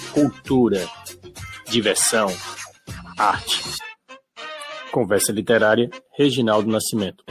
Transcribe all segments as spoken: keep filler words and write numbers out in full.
cultura, diversão, arte. Conversa Literária, Reginaldo Nascimento.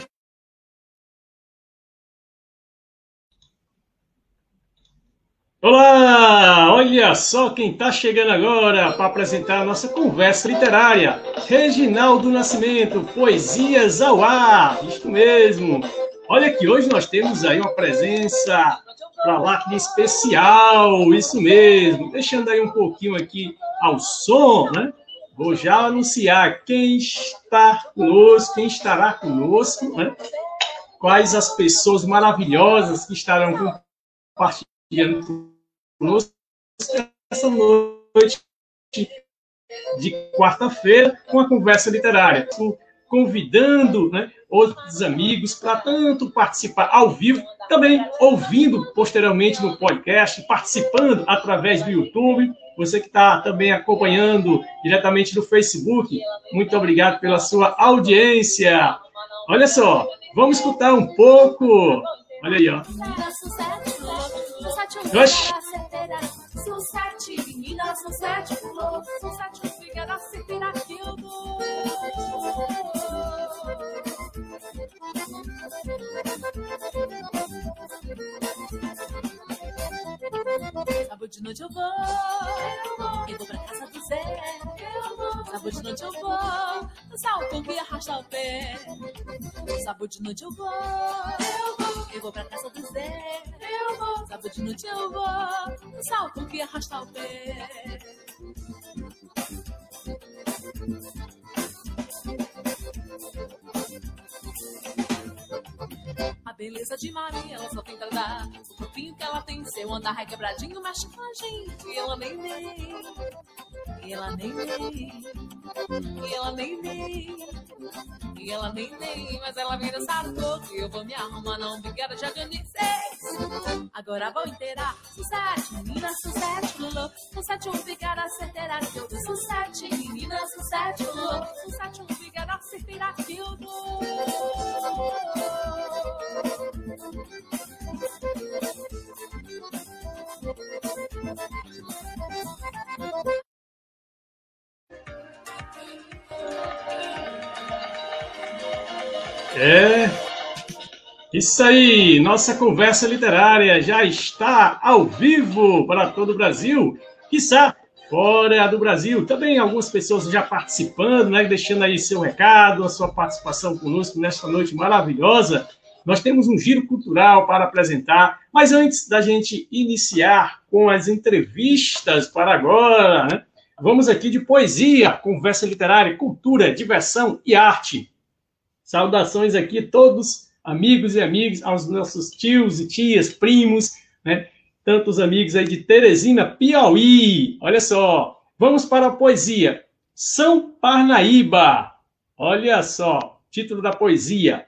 Olá! Olha só quem está chegando agora para apresentar a nossa conversa literária. Reginaldo Nascimento, Poesias ao Ar. Isto mesmo. Olha que hoje nós temos aí uma presença para lá de especial. Isso mesmo. Deixando aí um pouquinho aqui ao som, né? Vou já anunciar quem está conosco, quem estará conosco, né? Quais as pessoas maravilhosas que estarão compartilhando conosco essa noite de quarta-feira com a conversa literária, convidando, né, outros amigos para tanto participar ao vivo, também ouvindo posteriormente no podcast, participando através do YouTube. Você que está também acompanhando diretamente no Facebook, muito obrigado pela sua audiência. Olha só, vamos escutar um pouco. Olha aí, ó. Oxi. Sábado de noite eu vou, eu vou pra casa do Zé. Sábado de noite eu vou, dançar o coco e arrastar o pé. Sábado de noite eu vou, eu vou pra casa do Zé. Sábado de noite eu vou, dançar o coco e arrastar o pé. A beleza de Maria, ela só tenta dar. O corpinho que ela tem, seu andar requebradinho, mexe com a gente. E ela nem nem, e ela nem nem, e ela nem nem, e ela nem nem. Mas ela vem dançar o coco e eu vou me arrumar, não brigada, já organizei. Agora vou inteirar, sussete, menina, sussete, lulô. Sussete, um brigada, certeira, que eu dou. Sussete, menina, sussete, lulô. Sussete, um brigada, certeira, que eu dou. É, isso aí, nossa conversa literária já está ao vivo para todo o Brasil, quiçá fora do Brasil. Também algumas pessoas já participando, né, deixando aí seu recado, a sua participação conosco nesta noite maravilhosa. Nós temos um giro cultural para apresentar, mas antes da gente iniciar com as entrevistas para agora, né, vamos aqui de poesia, conversa literária, cultura, diversão e arte. Saudações aqui a todos, amigos e amigas, aos nossos tios e tias, primos, né? Tantos amigos aí de Teresina, Piauí. Olha só, vamos para a poesia. São Parnaíba. Olha só, título da poesia.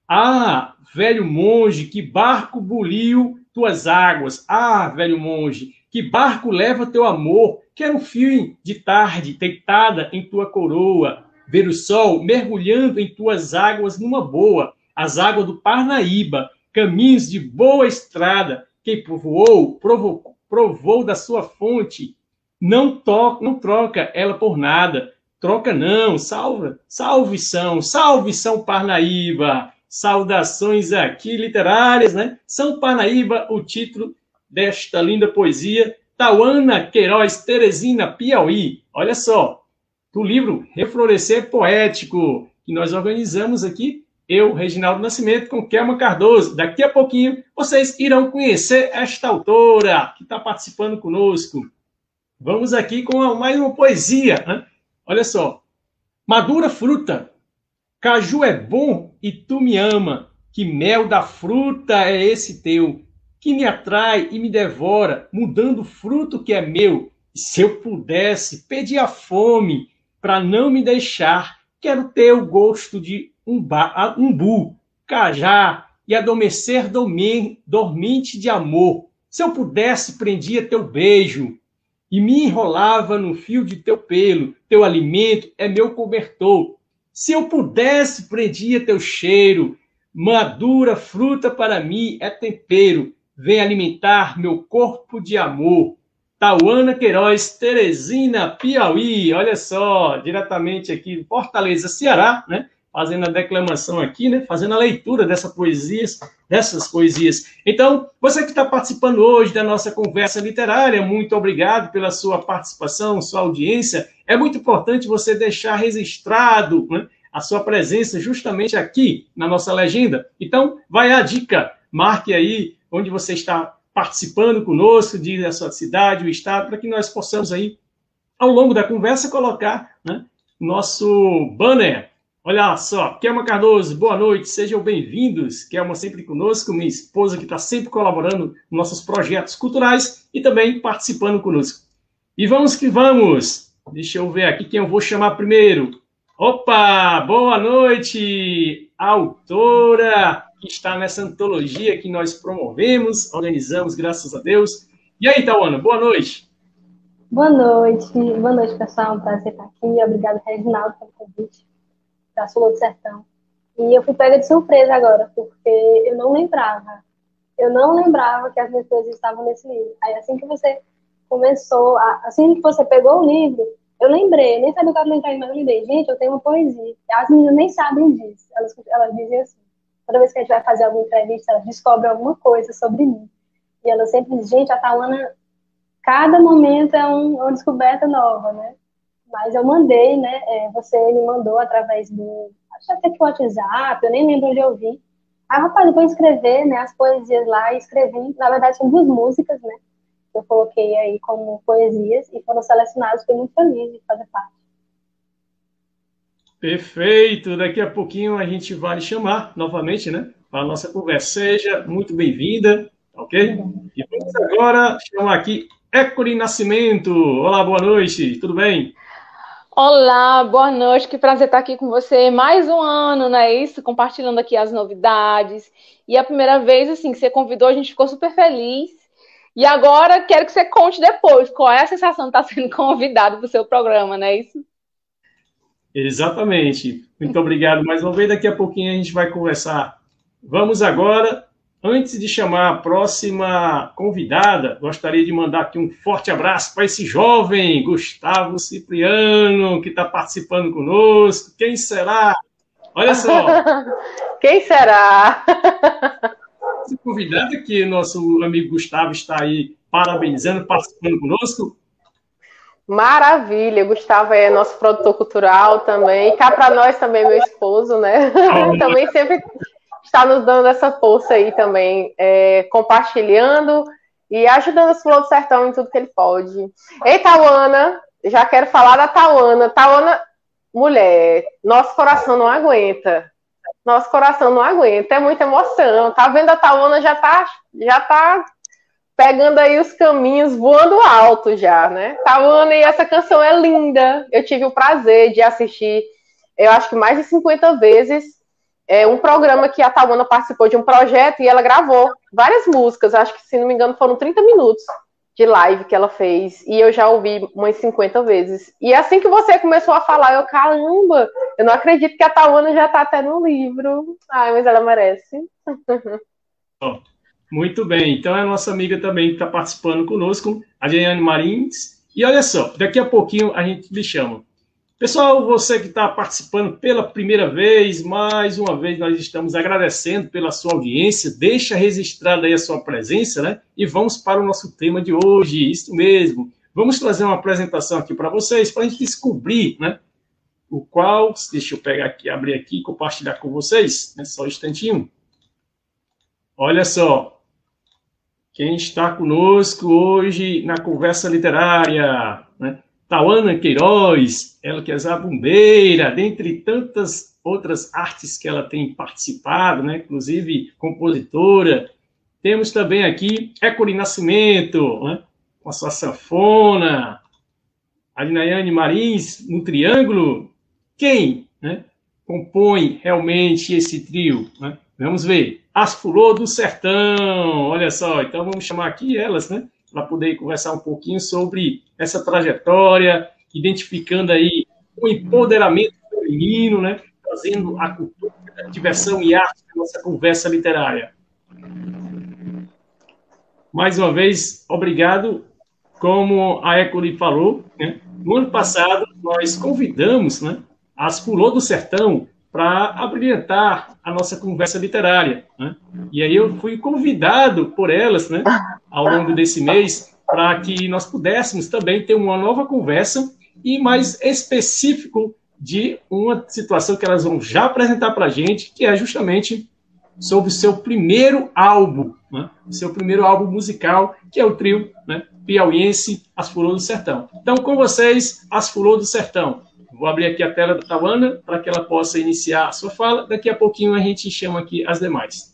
Ah, velho monge, que barco buliu tuas águas. Ah, velho monge, que barco leva teu amor. Quero um fio de tarde deitada em tua coroa. Ver o sol mergulhando em tuas águas numa boa, as águas do Parnaíba, caminhos de boa estrada, quem povoou, provou, provou da sua fonte, não, toca, não troca ela por nada, troca não, salve, salve São, salve São Parnaíba, saudações aqui literárias, né? São Parnaíba, o título desta linda poesia, Tauana Queiroz, Teresina, Piauí, olha só, do livro Reflorescer Poético, que nós organizamos aqui, eu, Reginaldo Nascimento, com Kelma Cardoso. Daqui a pouquinho, vocês irão conhecer esta autora que está participando conosco. Vamos aqui com mais uma poesia, né? Olha só. Madura fruta, caju é bom e tu me ama, que mel da fruta é esse teu, que me atrai e me devora, mudando o fruto que é meu. E se eu pudesse, pedir a fome, para não me deixar, quero ter o gosto de umba, umbu, cajá e adormecer dormente de amor. Se eu pudesse, prendia teu beijo e me enrolava no fio de teu pelo. Teu alimento é meu cobertor. Se eu pudesse, prendia teu cheiro. Madura fruta para mim é tempero. Vem alimentar meu corpo de amor. Tauana Queiroz, Teresina, Piauí, olha só, diretamente aqui de Fortaleza, Ceará, né? Fazendo a declamação aqui, né? Fazendo a leitura dessa poesias, dessas poesias. Então, você que está participando hoje da nossa conversa literária, muito obrigado pela sua participação, sua audiência. É muito importante você deixar registrado, né, a sua presença justamente aqui na nossa legenda. Então, vai a dica, marque aí onde você está participando conosco, diga a sua cidade, o estado, para que nós possamos aí, ao longo da conversa, colocar, né, nosso banner. Olha só, Kelma Cardoso, boa noite, sejam bem-vindos. Kelma sempre conosco, minha esposa que está sempre colaborando nos nossos projetos culturais e também participando conosco. E vamos que vamos. Deixa eu ver aqui quem eu vou chamar primeiro. Opa, boa noite, autora que está nessa antologia que nós promovemos, organizamos, graças a Deus. E aí, Tauana, boa noite. Boa noite, boa noite, pessoal, um prazer estar aqui. Obrigado, Reginaldo, pelo convite da Sul do Sertão. E eu fui pega de surpresa agora, porque eu não lembrava. Eu não lembrava que as minhas coisas estavam nesse livro. Aí, assim que você começou, a, assim que você pegou o livro, eu lembrei, eu nem sabia o que eu estava mas eu lembrei. Gente, eu tenho uma poesia. As meninas nem sabem disso. Elas, elas dizem assim, toda vez que a gente vai fazer alguma entrevista, elas descobrem alguma coisa sobre mim. E elas sempre dizem, gente, a Tauana, cada momento é um, uma descoberta nova, né? Mas eu mandei, né? É, você me mandou através do, acho até que o WhatsApp, eu nem lembro onde eu vi. Aí, rapaz, eu vou escrever, né, as poesias lá e escrevi. Na verdade, são duas músicas, né? Eu coloquei aí como poesias e foram selecionadas. Fiquei muito feliz de fazer parte. Perfeito. Daqui a pouquinho a gente vai lhe chamar novamente, né? Para a nossa conversa. Seja muito bem-vinda, ok? Uhum. E vamos agora chamar aqui École Nascimento. Olá, boa noite. Tudo bem? Olá, boa noite, que prazer estar aqui com você, mais um ano, não é isso? Compartilhando aqui as novidades, e a primeira vez, assim, que você convidou, a gente ficou super feliz, e agora quero que você conte depois, qual é a sensação de estar sendo convidado para o seu programa, não é isso? Exatamente, muito obrigado mais uma vez, daqui a pouquinho a gente vai conversar. Vamos agora... Antes de chamar a próxima convidada, gostaria de mandar aqui um forte abraço para esse jovem Gustavo Cipriano, que está participando conosco. Quem será? Olha só. Quem será? Esse convidado que nosso amigo Gustavo está aí parabenizando, participando conosco. Maravilha, Gustavo é nosso produtor cultural também. E cá para nós também, meu esposo, né? Oh, também sempre... está nos dando essa força aí também, é, compartilhando e ajudando esse Flor do Sertão em tudo que ele pode. Ei, Tauana, já quero falar da Tauana. Tauana, mulher, nosso coração não aguenta. Nosso coração não aguenta, é muita emoção. Tá vendo a Tauana já tá, já tá pegando aí os caminhos, voando alto já, né? Tauana, e essa canção é linda. Eu tive o prazer de assistir, eu acho que mais de cinquenta vezes, é um programa que a Tauana participou de um projeto e ela gravou várias músicas, acho que, se não me engano, foram trinta minutos de live que ela fez, e eu já ouvi umas cinquenta vezes. E assim que você começou a falar, eu, caramba, eu não acredito que a Tauana já está até no livro. Ai, mas ela merece. Oh, muito bem, então é a nossa amiga também que está participando conosco, a Jeane Marins, e olha só, daqui a pouquinho a gente lhe chama. Pessoal, você que está participando pela primeira vez, mais uma vez nós estamos agradecendo pela sua audiência, deixa registrada aí a sua presença, né? E vamos para o nosso tema de hoje, isso mesmo. Vamos trazer uma apresentação aqui para vocês, para a gente descobrir, né? O qual, deixa eu pegar aqui, abrir aqui e compartilhar com vocês, né? Só um instantinho. Olha só, quem está conosco hoje na conversa literária, né? Tauana Queiroz, ela que é zabumbeira, dentre tantas outras artes que ela tem participado, né? Inclusive compositora. Temos também aqui École Nascimento, né? Com a sua sanfona, a Jeane Marins no triângulo. Quem, né, compõe realmente esse trio, né? Vamos ver. As Flor do Sertão, olha só. Então vamos chamar aqui elas, né? Para poder conversar um pouquinho sobre essa trajetória, identificando aí o empoderamento feminino, né? Trazendo a cultura, a diversão e arte da nossa conversa literária. Mais uma vez, obrigado, como a Ecoli falou, né, no ano passado nós convidamos, né, as Fulô do Sertão para abrilhantar a nossa conversa literária, né? E aí eu fui convidado por elas, né, ao longo desse mês, para que nós pudéssemos também ter uma nova conversa e mais específico de uma situação que elas vão já apresentar para a gente, que é justamente sobre o seu primeiro álbum, né? O seu primeiro álbum musical, que é o trio, né, piauiense As Fulô do Sertão. Então, com vocês, As Fulô do Sertão. Vou abrir aqui a tela da Tauana para que ela possa iniciar a sua fala. Daqui a pouquinho a gente chama aqui as demais.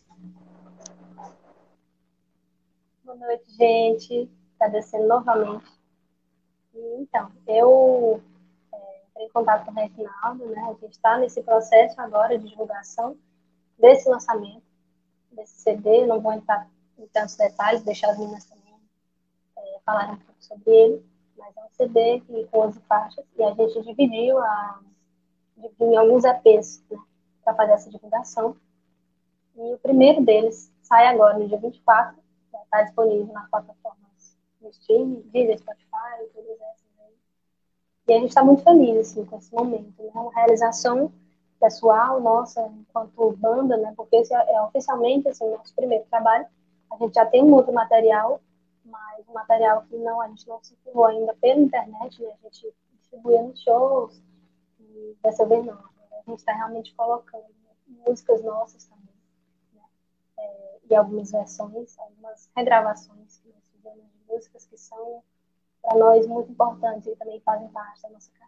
Boa noite, gente. Agradecendo novamente. E, então, eu é, entrei em contato com o Reginaldo, né? A gente está nesse processo agora de divulgação desse lançamento, desse C D. Eu não vou entrar em tantos detalhes, deixar as meninas também é, falarem um pouco sobre ele. Mas é um C D com onze faixas, e a gente dividiu, a, dividiu em alguns E Pês, né, para fazer essa divulgação. E o primeiro deles sai agora, no dia vinte e quatro, está disponível nas plataformas do streaming, Deezer, Spotify, todas essas aí. E a gente está muito feliz assim, com esse momento. É, né, uma realização pessoal nossa, enquanto banda, né, porque esse é, é oficialmente assim, o nosso primeiro trabalho. A gente já tem um outro material, mas um material que não, a gente não circulou ainda pela internet, né? A gente distribuía nos shows, e dessa vez não. A gente está realmente colocando músicas nossas também, né? É, e algumas versões, algumas regravações que nós fizemos de músicas que são, para nós, muito importantes e também fazem parte da nossa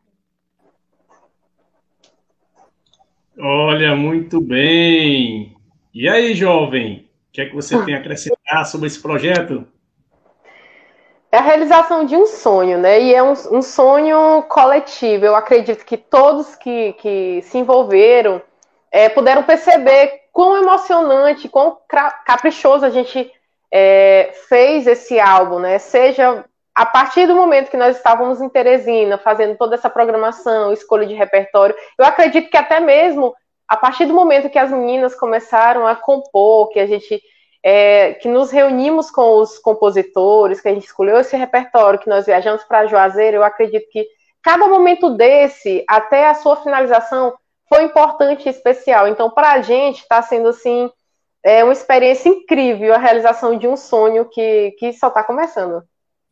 carreira. Olha, muito bem! E aí, jovem? O que é que você tem a acrescentar sobre esse projeto? É a realização de um sonho, né? E é um, um sonho coletivo. Eu acredito que todos que, que se envolveram é, puderam perceber quão emocionante, quão caprichoso a gente é, fez esse álbum, né? Seja a partir do momento que nós estávamos em Teresina, fazendo toda essa programação, escolha de repertório. Eu acredito que até mesmo a partir do momento que as meninas começaram a compor, que a gente... É, que nos reunimos com os compositores, que a gente escolheu esse repertório, que nós viajamos para Juazeiro, eu acredito que cada momento desse, até a sua finalização, foi importante e especial. Então, para a gente, está sendo, assim, é, uma experiência incrível, a realização de um sonho que, que só está começando.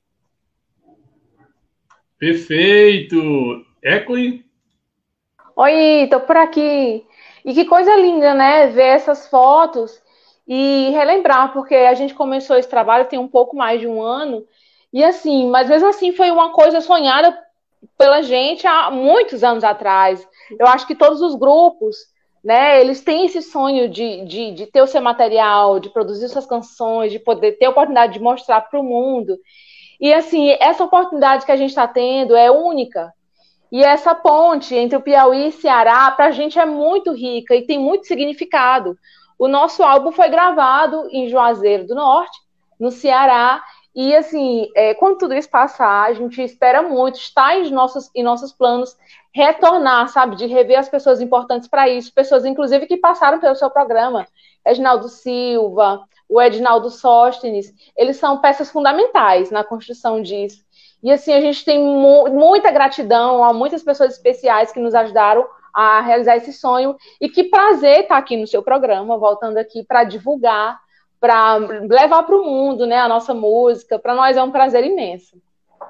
Perfeito! Ecoli? Oi, estou por aqui. E que coisa linda, né, ver essas fotos e relembrar, porque a gente começou esse trabalho tem um pouco mais de um ano, e assim, mas mesmo assim foi uma coisa sonhada pela gente há muitos anos atrás. Eu acho que todos os grupos, né, eles têm esse sonho de, de, de ter o seu material, de produzir suas canções, de poder ter a oportunidade de mostrar para o mundo. E assim, essa oportunidade que a gente está tendo é única. E essa ponte entre o Piauí e Ceará, para a gente é muito rica e tem muito significado. O nosso álbum foi gravado em Juazeiro do Norte, no Ceará, e assim, é, quando tudo isso passar, a gente espera muito, está em nossos, em nossos planos retornar, sabe, de rever as pessoas importantes para isso, pessoas inclusive que passaram pelo seu programa, Edinaldo Silva, o Edinaldo Sóstenes, eles são peças fundamentais na construção disso. E assim, a gente tem mu- muita gratidão a muitas pessoas especiais que nos ajudaram a realizar esse sonho, e que prazer estar aqui no seu programa, voltando aqui para divulgar, para levar para o mundo, né, a nossa música. Para nós é um prazer imenso.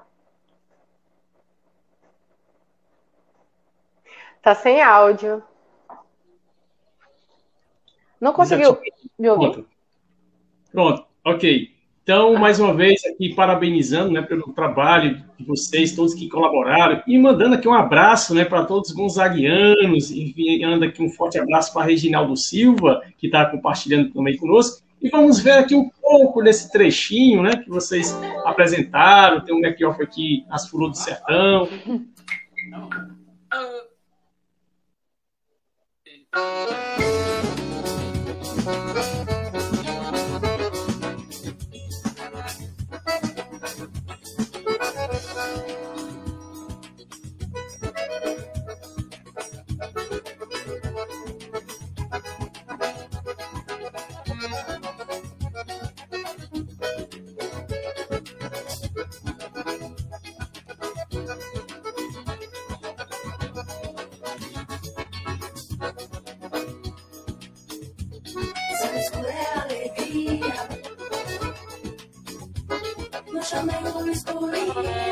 Tá sem áudio. Não conseguiu me ouvir? Pronto. Pronto, ok. Então, mais uma vez, aqui parabenizando, né, pelo trabalho de vocês, todos que colaboraram, e mandando aqui um abraço, né, para todos os gonzaguianos, e enviando aqui um forte abraço para Reginaldo Silva, que está compartilhando também conosco. E vamos ver aqui um pouco desse trechinho, né, que vocês apresentaram. Tem um make-off aqui, As Fulô do Sertão. chamego no escurinho.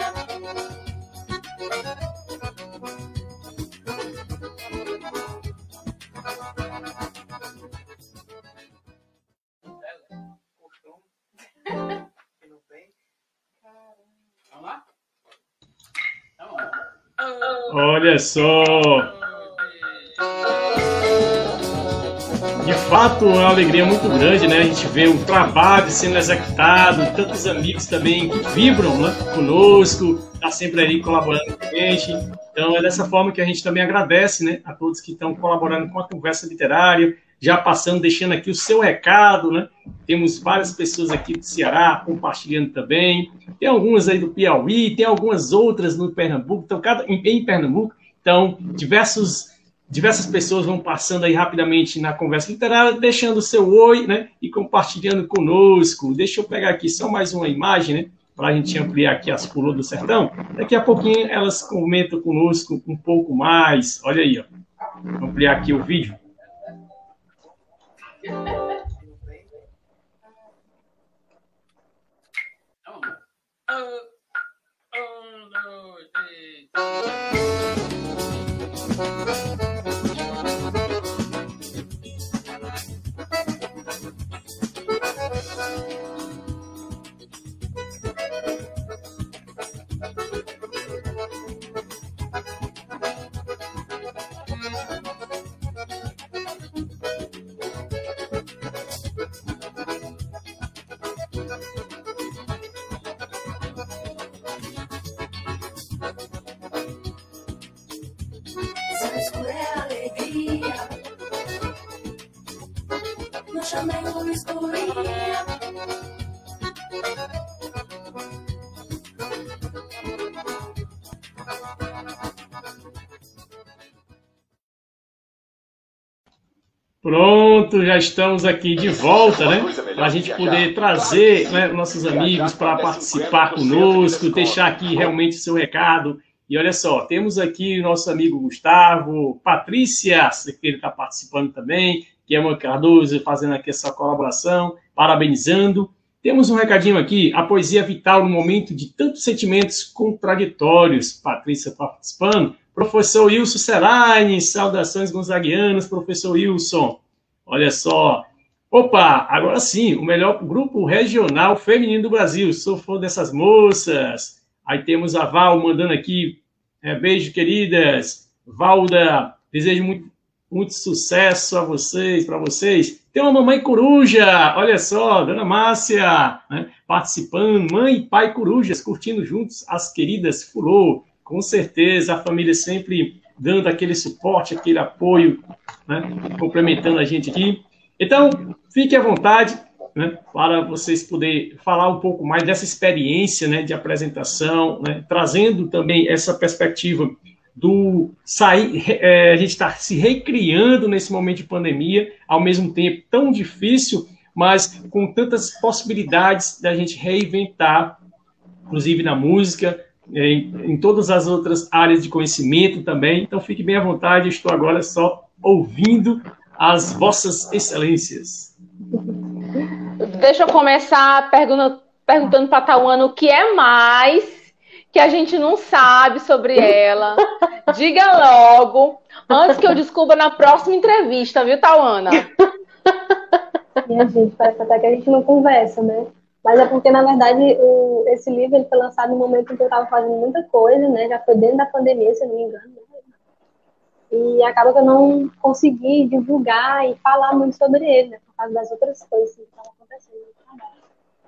Olha só! De fato, é uma alegria muito grande, né? A gente vê o trabalho sendo executado, tantos amigos também que vibram, né, conosco, tá sempre ali colaborando com a gente. Então, é dessa forma que a gente também agradece, né, a todos que estão colaborando com a Conversa Literária, já passando, deixando aqui o seu recado, né? Temos várias pessoas aqui do Ceará compartilhando também. Tem algumas aí do Piauí, tem algumas outras no Pernambuco, então, cada, em, em Pernambuco. Então, diversos... Diversas pessoas vão passando aí rapidamente na Conversa Literária, deixando o seu oi, né, e compartilhando conosco. Deixa eu pegar aqui só mais uma imagem, né, para a gente ampliar aqui as Fulô do Sertão. Daqui a pouquinho elas comentam conosco um pouco mais. Olha aí, ó. Vou ampliar aqui o vídeo. Pronto, já estamos aqui de volta, né? Para a gente poder trazer, né, nossos amigos para participar conosco, deixar aqui realmente o seu recado. E olha só, temos aqui o nosso amigo Gustavo, Patrícia, que ele está participando também, Kiema Cardoso fazendo aqui essa colaboração, parabenizando. Temos um recadinho aqui, a poesia vital no momento de tantos sentimentos contraditórios. Patrícia participando. Professor Wilson Seraine, saudações gonzaguianas, professor Wilson. Olha só. Opa, agora sim, o melhor grupo regional feminino do Brasil. Sou fã dessas moças. Aí temos a Val mandando aqui, é, beijo, queridas. Valda, desejo muito, muito sucesso a vocês, para vocês. Tem uma mamãe coruja, olha só, dona Márcia, né, participando. Mãe e pai corujas, curtindo juntos as queridas Fulô. Com certeza, a família sempre dando aquele suporte, aquele apoio, né, complementando a gente aqui. Então, fique à vontade, né, para vocês poderem falar um pouco mais dessa experiência, né, de apresentação, né, trazendo também essa perspectiva do sair, é, a gente está se recriando nesse momento de pandemia, ao mesmo tempo tão difícil, mas com tantas possibilidades da gente reinventar, inclusive na música, Em, em todas as outras áreas de conhecimento também. Então, fique bem à vontade, estou agora só ouvindo as vossas excelências. Deixa eu começar perguntando, perguntando para a Tauana o que é mais que a gente não sabe sobre ela. Diga logo, antes que eu descubra na próxima entrevista, viu, Tauana? Minha gente, parece até que a gente não conversa, né? Mas é porque, na verdade, o, esse livro ele foi lançado no momento em que eu estava fazendo muita coisa, né? Já foi dentro da pandemia, se eu não me engano. Né? E acaba que eu não consegui divulgar e falar muito sobre ele, né? Por causa das outras coisas que estavam acontecendo no trabalho.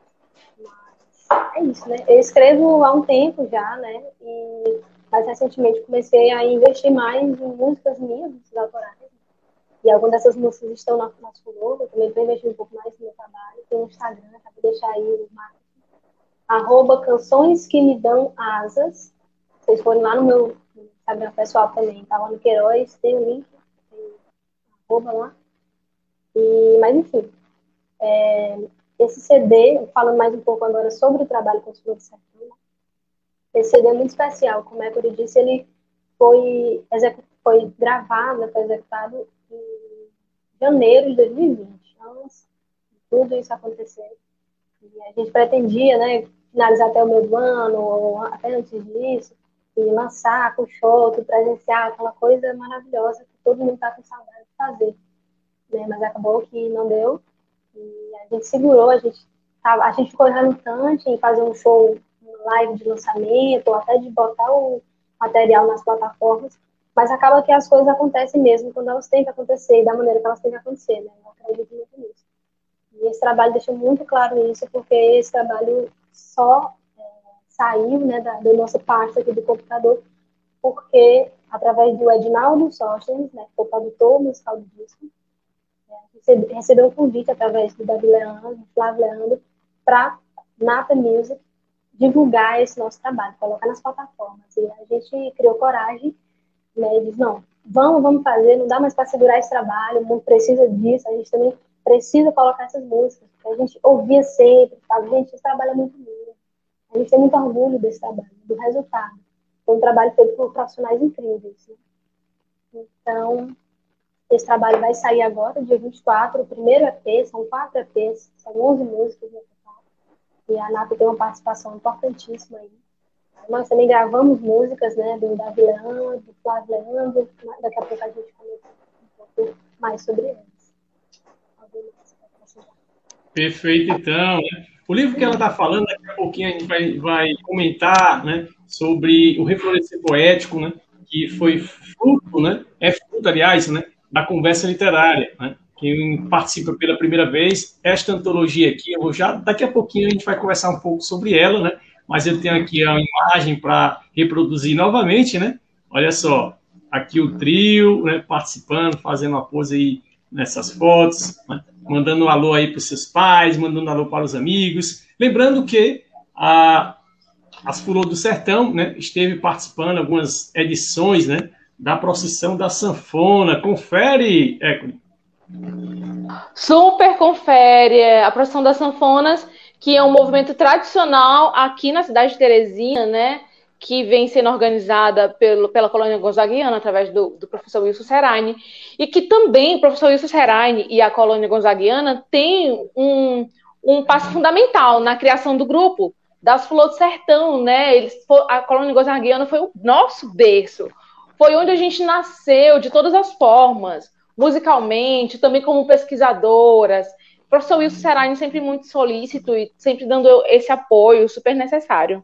Mas é isso, né? Eu escrevo há um tempo já, né? E mais recentemente comecei a investir mais em músicas minhas, músicas autorais. E algumas dessas músicas estão na nossa Fulô, eu também estou investindo um pouco mais no meu trabalho. Tem um Instagram, tá? Vou deixar aí o marketing. Arroba Canções que Me Dão Asas. Vocês forem lá no meu Instagram pessoal também, tá lá no Queiroz, tem o link, tem arroba lá. E, mas enfim, é, esse C D, falando mais um pouco agora sobre o trabalho com os Fulô do Sertão, né? Esse C D é muito especial, como a École disse, ele foi, foi gravado, foi executado em janeiro de dois mil e vinte, antes de tudo isso acontecer. E a gente pretendia, né, finalizar até o meio do ano, ou até antes disso, e lançar com show, tudo presencial, aquela coisa maravilhosa que todo mundo está com saudade de fazer. Né? Mas acabou que não deu, e a gente segurou, a gente, tava, a gente ficou relutante em fazer um show, um live de lançamento, ou até de botar o material nas plataformas, mas acaba que as coisas acontecem mesmo quando elas têm que acontecer, e da maneira que elas têm que acontecer, né? Eu acredito muito nisso. E esse trabalho deixou muito claro isso, porque esse trabalho só é, saiu, né, da, do nosso parte aqui do computador, porque através do Edinaldo Sóstenes, né, que foi o produtor musical do disco, é, recebeu um convite através do Davi Leandro, do Flávio Leandro, para Nata Music divulgar esse nosso trabalho, colocar nas plataformas. E a gente criou coragem, né, e disse, não, vamos, vamos fazer, não dá mais para segurar esse trabalho, o mundo precisa disso, a gente também precisa colocar essas músicas, porque a gente ouvia sempre, sabe? Gente, esse trabalho é muito lindo. A gente tem muito orgulho desse trabalho, do resultado. Foi um trabalho feito por profissionais incríveis. Né? Então, esse trabalho vai sair agora, dia vinte e quatro, o primeiro E P, são quatro E Ps, são onze músicas no total. E a Nata tem uma participação importantíssima aí. Nós também gravamos músicas, né, do Davi Leandro, do Flávio Leandro, daqui a pouco a gente comenta um pouco mais sobre eles. Perfeito, então. Né? O livro que ela está falando, daqui a pouquinho a gente vai, vai comentar, né, sobre o Reflorescer Poético, né, que foi fruto, né, é fruto, aliás, né, da conversa literária. Né? Quem participa pela primeira vez, esta antologia aqui, eu vou já, daqui a pouquinho a gente vai conversar um pouco sobre ela, né? Mas eu tenho aqui a imagem para reproduzir novamente, né? Olha só, aqui o trio, né, participando, fazendo uma pose aí nessas fotos, né? Mandando um alô aí para os seus pais, mandando um alô para os amigos. Lembrando que a, as Fulô do Sertão, né, esteve participando de algumas edições, né, da Procissão da Sanfona. Confere, École. Super confere. A Procissão das Sanfonas, que é um movimento tradicional aqui na cidade de Teresina, né, que vem sendo organizada pelo, pela colônia gonzaguiana, através do, do professor Wilson Seraine, e que também o professor Wilson Seraine e a colônia gonzaguiana têm um, um passo fundamental na criação do grupo das Fulô do Sertão, né? Eles, a colônia gonzaguiana foi o nosso berço, foi onde a gente nasceu de todas as formas, musicalmente, também como pesquisadoras. O professor Wilson Seraine sempre muito solícito e sempre dando esse apoio super necessário.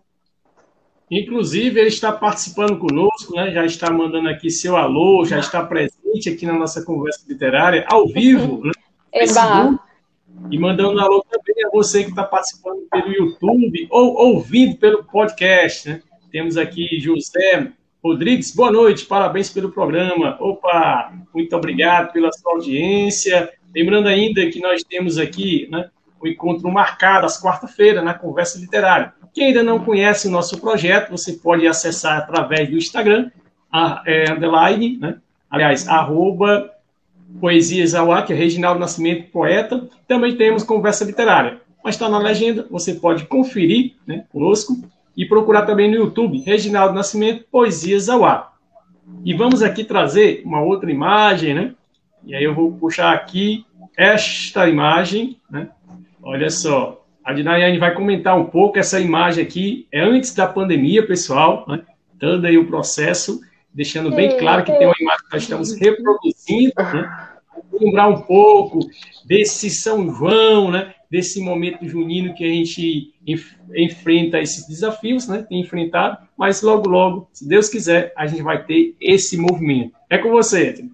Inclusive, ele está participando conosco, né? Já está mandando aqui seu alô, já está presente aqui na nossa conversa literária, ao vivo, né? Facebook, e mandando alô também a você que está participando pelo YouTube ou ouvindo pelo podcast, né? Temos aqui José Rodrigues, boa noite, parabéns pelo programa. Opa, muito obrigado pela sua audiência. Lembrando ainda que nós temos aqui, né, o encontro marcado às quarta-feiras na Conversa Literária. Quem ainda não conhece o nosso projeto, você pode acessar através do Instagram, a, é, underline, né? Aliás, arroba Poesias Auá, que é Reginaldo Nascimento, poeta. Também temos Conversa Literária. Mas está na legenda, você pode conferir, né, conosco e procurar também no YouTube, Reginaldo Nascimento, Poesias Auá. E vamos aqui trazer uma outra imagem, né? E aí eu vou puxar aqui esta imagem, né? Olha só. A Dinaiane vai comentar um pouco essa imagem aqui. É antes da pandemia, pessoal, né? Dando aí o processo, deixando bem claro que tem uma imagem que nós estamos reproduzindo, né? Vou lembrar um pouco desse São João, né? Desse momento junino que a gente enf- enfrenta esses desafios, né? Tem enfrentado, mas logo, logo, se Deus quiser, a gente vai ter esse movimento. É com você, Edna.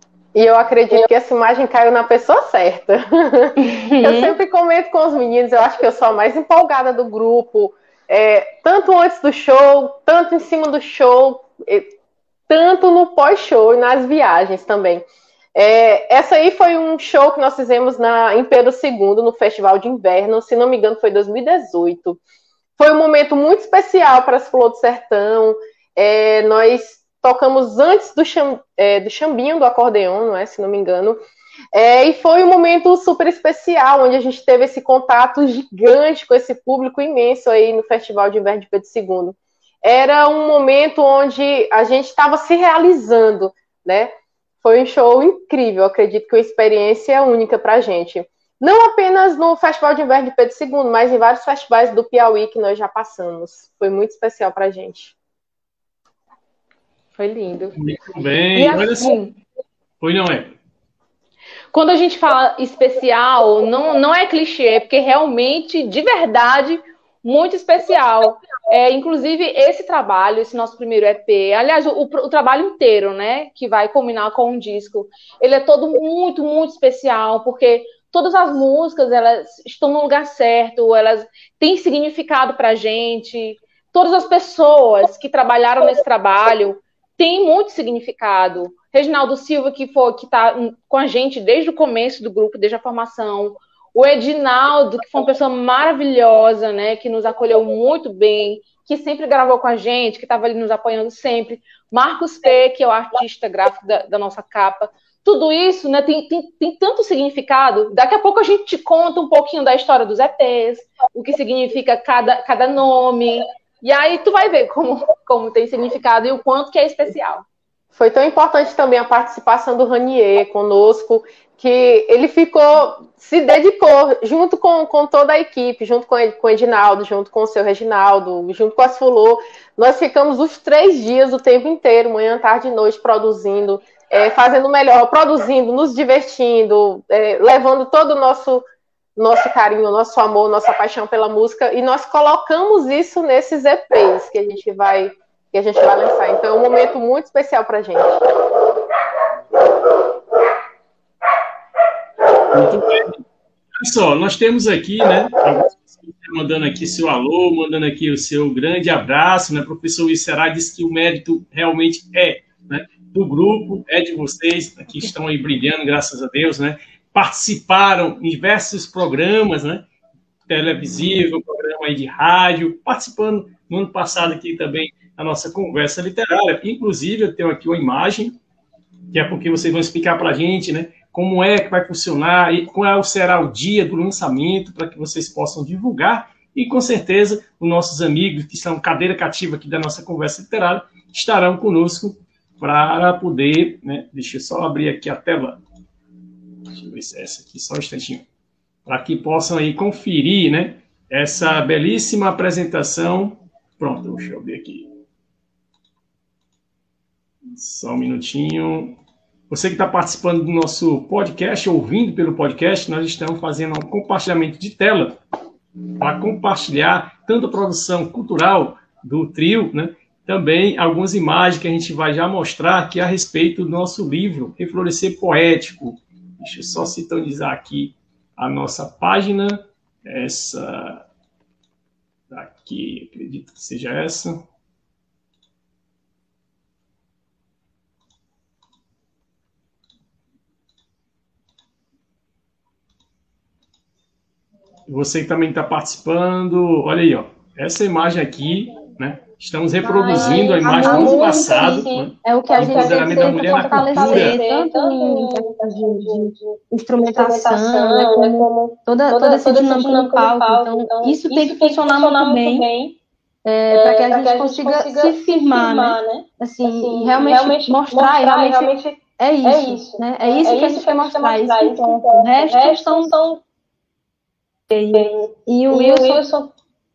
E eu acredito que essa imagem caiu na pessoa certa. Eu sempre comento com os meninos, eu acho que eu sou a mais empolgada do grupo, é, tanto antes do show, tanto em cima do show, é, tanto no pós-show e nas viagens também. É, essa aí foi um show que nós fizemos na, em Pedro segundo, no Festival de Inverno, se não me engano foi em dois mil e dezoito. Foi um momento muito especial para as Fulô do Sertão. É, nós tocamos antes do, cham, é, do chambinho do acordeon, não é, se não me engano. É, e foi um momento super especial, onde a gente teve esse contato gigante com esse público imenso aí no Festival de Inverno de Pedro segundo. Era um momento onde a gente estava se realizando, né? Foi um show incrível, acredito que uma experiência única para a gente. Não apenas no Festival de Inverno de Pedro segundo, mas em vários festivais do Piauí que nós já passamos. Foi muito especial pra gente. Foi lindo. Muito bem. E Olha só. assim, Foi, não é? quando a gente fala especial, não, não é clichê, porque realmente, de verdade, muito especial. É, inclusive, esse trabalho, esse nosso primeiro E P, aliás, o, o trabalho inteiro, né, que vai combinar com um disco, ele é todo muito, muito especial, porque todas as músicas, elas estão no lugar certo, elas têm significado pra gente, todas as pessoas que trabalharam nesse trabalho têm muito significado. Reginaldo Silva, que foi, que está com a gente desde o começo do grupo, desde a formação. O Edinaldo, que foi uma pessoa maravilhosa, né, que nos acolheu muito bem, que sempre gravou com a gente, que estava ali nos apoiando sempre. Marcos P, que é o artista gráfico da, da nossa capa. Tudo isso, né, tem, tem, tem tanto significado. Daqui a pouco a gente te conta um pouquinho da história dos E Ps, o que significa cada, cada nome. E aí tu vai ver como, como tem significado e o quanto que é especial. Foi tão importante também a participação do Ranier conosco, que ele ficou, se dedicou, junto com, com toda a equipe, junto com, ele, com o Edinaldo, junto com o seu Reginaldo, junto com a Fulô. Nós ficamos os três dias, o tempo inteiro, manhã, tarde e noite, produzindo, é, fazendo o melhor, produzindo, nos divertindo, é, levando todo o nosso, nosso carinho, nosso amor, nossa paixão pela música, e nós colocamos isso nesses E Ps que a gente vai... que a gente vai lançar. Então é um momento muito especial pra gente. Muito bem. Olha só, nós temos aqui, né, algumas pessoas mandando aqui seu alô, mandando aqui o seu grande abraço, né, professor Luiz Será disse que o mérito realmente é, né, do grupo, é de vocês, que estão aí brilhando, graças a Deus, né, participaram em diversos programas, né, televisivo, programa aí de rádio, participando no ano passado aqui também a nossa conversa literária. Inclusive, eu tenho aqui uma imagem, que é porque vocês vão explicar para a gente, né, como é que vai funcionar e qual será o dia do lançamento, para que vocês possam divulgar. E, com certeza, os nossos amigos, que são cadeira cativa aqui da nossa conversa literária, estarão conosco para poder... Né, deixa eu só abrir aqui a tela. Deixa eu ver se é essa aqui, só um instantinho. Para que possam aí conferir, né, essa belíssima apresentação. Pronto, deixa eu ver aqui. Só um minutinho. Você que está participando do nosso podcast, ouvindo pelo podcast, nós estamos fazendo um compartilhamento de tela para compartilhar tanto a produção cultural do trio, né, também algumas imagens que a gente vai já mostrar aqui a respeito do nosso livro, Reflorescer Poético. Deixa eu só sintonizar aqui a nossa página. Essa daqui, acredito que seja essa. Você que também está participando, olha aí, ó, essa imagem aqui, né? Estamos reproduzindo ah, é, a imagem do ano passado. Né? É o que a gente tem da mulher na cultura. Tanto em de, de, de instrumentação, né, como toda, toda essa dinâmica no palco. Então, então isso, isso tem que funcionar muito bem, bem é, é, para que a gente, que a gente consiga, consiga se firmar, né? né? Assim, assim, e realmente, realmente mostrar, mostrar realmente, realmente é isso, é isso, né? É isso é que a gente quer mostrar, isso que conta. O resto são... são... E, e o Wilson... E o Wilson...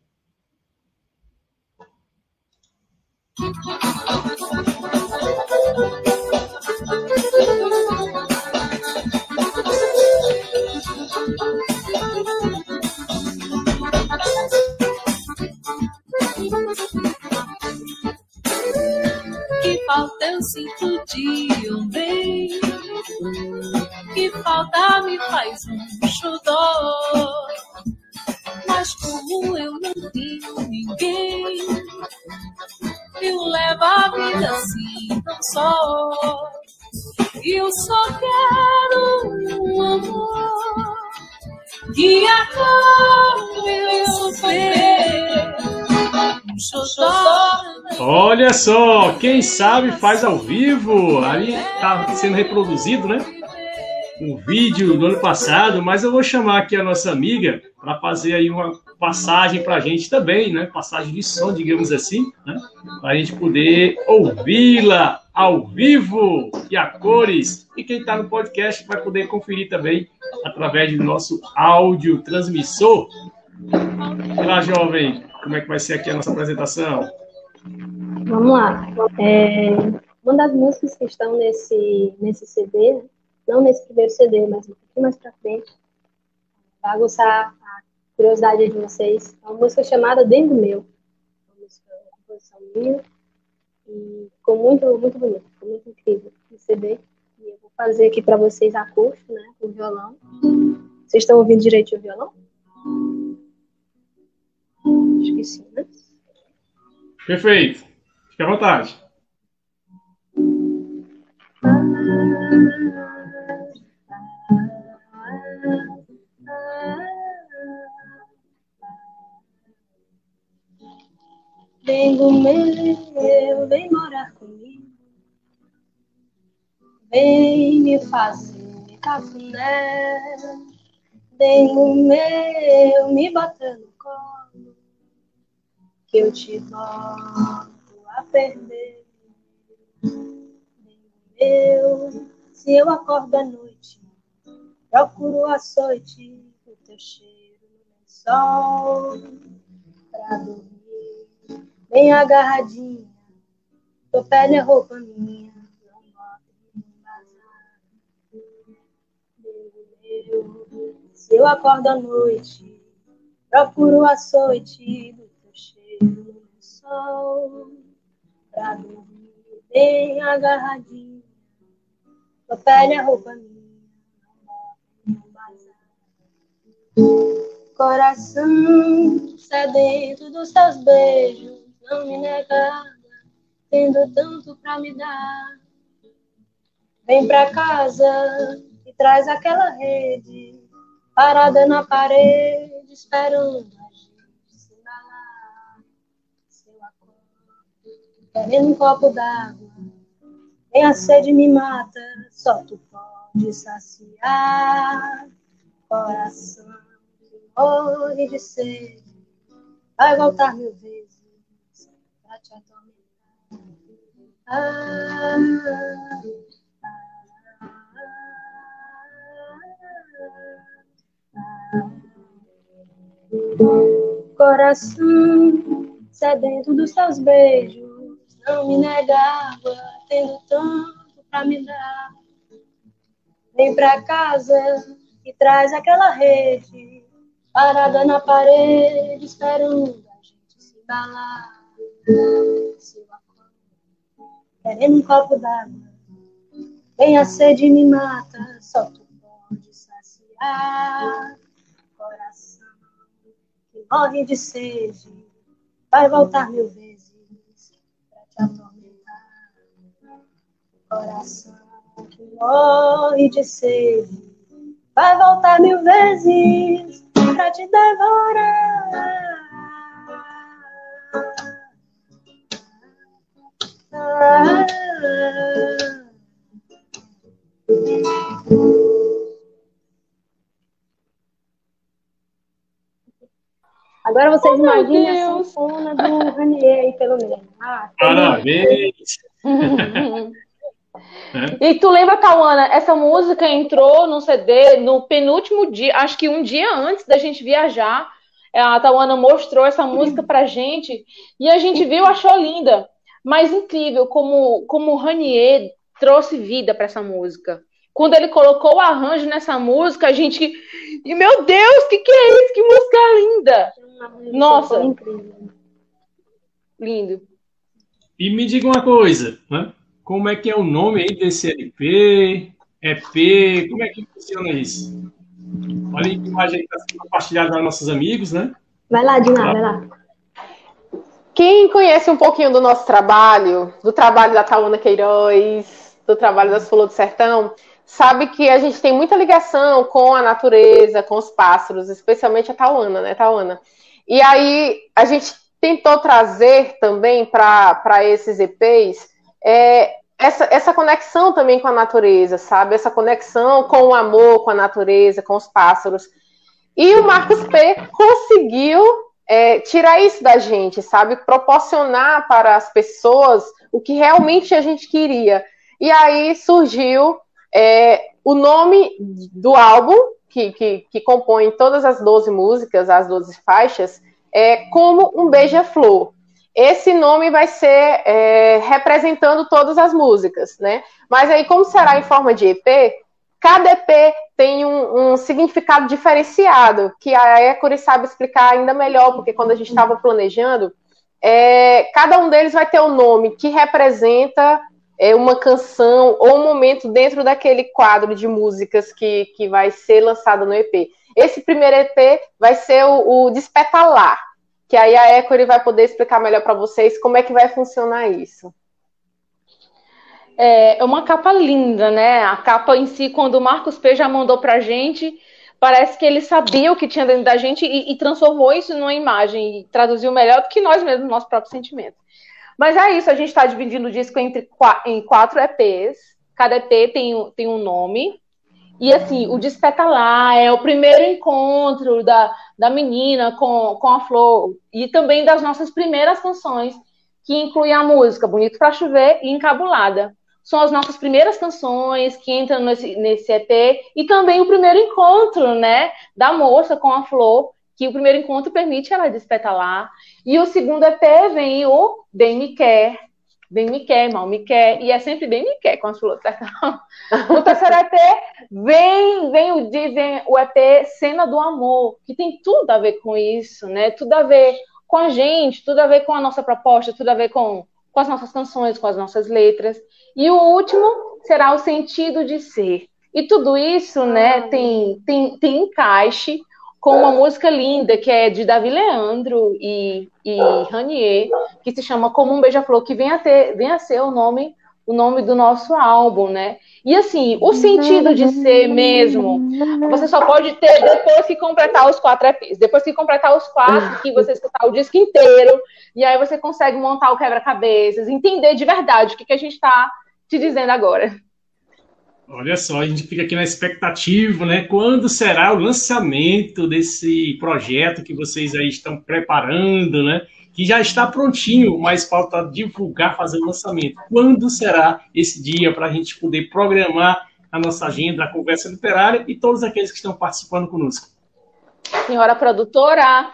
Que falta eu sinto de um bem, que falta me faz um xodó. Mas como eu não tenho ninguém, eu levo a vida assim tão só. Eu só quero um amor que acabe meu sofrer. Um xodó. Olha só, quem sabe faz ao vivo. Ali está sendo reproduzido, né? Um vídeo do ano passado, mas eu vou chamar aqui a nossa amiga para fazer aí uma passagem para a gente também, né? Passagem de som, digamos assim, né? Para a gente poder ouvi-la ao vivo e a cores. E quem está no podcast vai poder conferir também através do nosso áudio transmissor. Olá, jovem, como é que vai ser aqui a nossa apresentação? Vamos lá. É, uma das músicas que estão nesse, nesse C D, não nesse primeiro C D, mas um pouquinho mais pra frente, vai aguçar a curiosidade de vocês. É uma música chamada Dentro Meu. Uma música, uma composição minha. E ficou muito, muito bonito, ficou muito incrível esse C D. E eu vou fazer aqui para vocês acústico, né, com violão. Vocês estão ouvindo direito o violão? Acho que sim, né? Perfeito. Fique à vontade. Vem do meu, vem morar comigo. Vem me fazer cafuné. Vem no meu, me bota no colo, que eu te boto a perder. Vem no meu, se eu acordo à noite, procuro açoite, o teu cheiro no lençol, pra dormir. Bem agarradinha, tua pele é roupa minha, não bota em bazar. Meu, se eu acordo à noite, procuro o açoite do teu cheiro no sol, pra dormir bem agarradinha, tua pele é roupa minha, não bota em bazar. Coração sedento dos teus beijos, não me negada, tendo tanto pra me dar. Vem pra casa e traz aquela rede parada na parede, esperando a gente se embalar. Se eu acordo querendo um copo d'água, vem a sede me mata, só tu pode saciar. Coração que morre de sede, vai voltar mil vezes pra te atormentar. Ah, ah, ah, ah. Coração sedento dos teus beijos, não me nega água, tendo tanto pra me dar. Vem pra casa e traz aquela rede parada na parede, esperando a gente se embalar. Se eu acordo querendo um copo d'água, vem a sede e me mata, só tu pode saciar. Coração que morre de sede, vai voltar mil vezes pra te atormentar. Coração que morre de sede, vai voltar mil vezes pra te devorar. Ah, agora vocês oh, imaginem a sanfona do Ranier aí, pelo menos. Ah, parabéns! E tu lembra, Cauana, essa música entrou no C D no penúltimo dia, acho que um dia antes da gente viajar. A Tauana mostrou essa música pra gente e a gente viu, achou linda, mas incrível como, como o Ranier trouxe vida para essa música. Quando ele colocou o arranjo nessa música, a gente... E, meu Deus, o que, que é isso? Que música linda! Nossa! Lindo. E me diga uma coisa, né? Como é que é o nome aí desse L P, E P, como é que funciona isso? Olha aí que imagem que está sendo compartilhada com nossos amigos, né? Vai lá, Diná, vai lá. Quem conhece um pouquinho do nosso trabalho, do trabalho da Tauana Queiroz, do trabalho das Flor do Sertão, sabe que a gente tem muita ligação com a natureza, com os pássaros, especialmente a Tauana, né, Tauana? E aí a gente tentou trazer também para esses E Ps é, essa, essa conexão também com a natureza, sabe? Essa conexão com o amor, com a natureza, com os pássaros. E o Marcos P conseguiu é, tirar isso da gente, sabe? Proporcionar para as pessoas o que realmente a gente queria. E aí surgiu é, o nome do álbum, que, que, que compõem todas as doze músicas, as doze faixas, é Como um Beija-Flor. Esse nome vai ser é, representando todas as músicas, né? Mas aí, como será em forma de E P, cada E P tem um, um significado diferenciado, que a Écori sabe explicar ainda melhor, porque quando a gente estava planejando, é, cada um deles vai ter um nome que representa é, uma canção ou um momento dentro daquele quadro de músicas que, que vai ser lançado no E P. Esse primeiro E P vai ser o, o Despetalar, que aí a Écori vai poder explicar melhor para vocês como é que vai funcionar isso. É uma capa linda, né? A capa em si, quando o Marcos P já mandou pra gente, parece que ele sabia o que tinha dentro da gente e, e transformou isso numa imagem e traduziu melhor do que nós mesmos, nosso próprio sentimento. Mas é isso, a gente está dividindo o disco entre, em quatro E Ps, cada E P tem, tem um nome, e assim, o Despetalar é o primeiro encontro da, da menina com, com a flor, e também das nossas primeiras canções, que incluem a música Bonito Pra Chover e Encabulada. São as nossas primeiras canções que entram nesse, nesse E P, e também o primeiro encontro, né, da moça com a flor, que o primeiro encontro permite ela despetalar. E o segundo E P vem o Bem Me Quer, Bem Me Quer, Mal Me Quer, e é sempre Bem Me Quer com as flores. No terceiro E P vem, vem, o, vem o E P Cena do Amor, que tem tudo a ver com isso, né, tudo a ver com a gente, tudo a ver com a nossa proposta, tudo a ver com, com as nossas canções, com as nossas letras. E o último será o Sentido de Ser. E tudo isso, né, tem, tem, tem encaixe com uma música linda, que é de Davi Leandro e, e Ranier, que se chama Como um Beija-Flor, que vem a, ter, vem a ser o nome, o nome do nosso álbum, né? E assim, o sentido de ser mesmo, você só pode ter depois que completar os quatro E Ps. Depois que completar os quatro, que você escutar o disco inteiro, e aí você consegue montar o quebra-cabeças, entender de verdade o que, que a gente está te dizendo agora. Olha só, a gente fica aqui na expectativa, né? Quando será o lançamento desse projeto que vocês aí estão preparando, né? Que já está prontinho, mas falta divulgar, fazer o lançamento. Quando será esse dia para a gente poder programar a nossa agenda, a conversa literária e todos aqueles que estão participando conosco? Senhora produtora!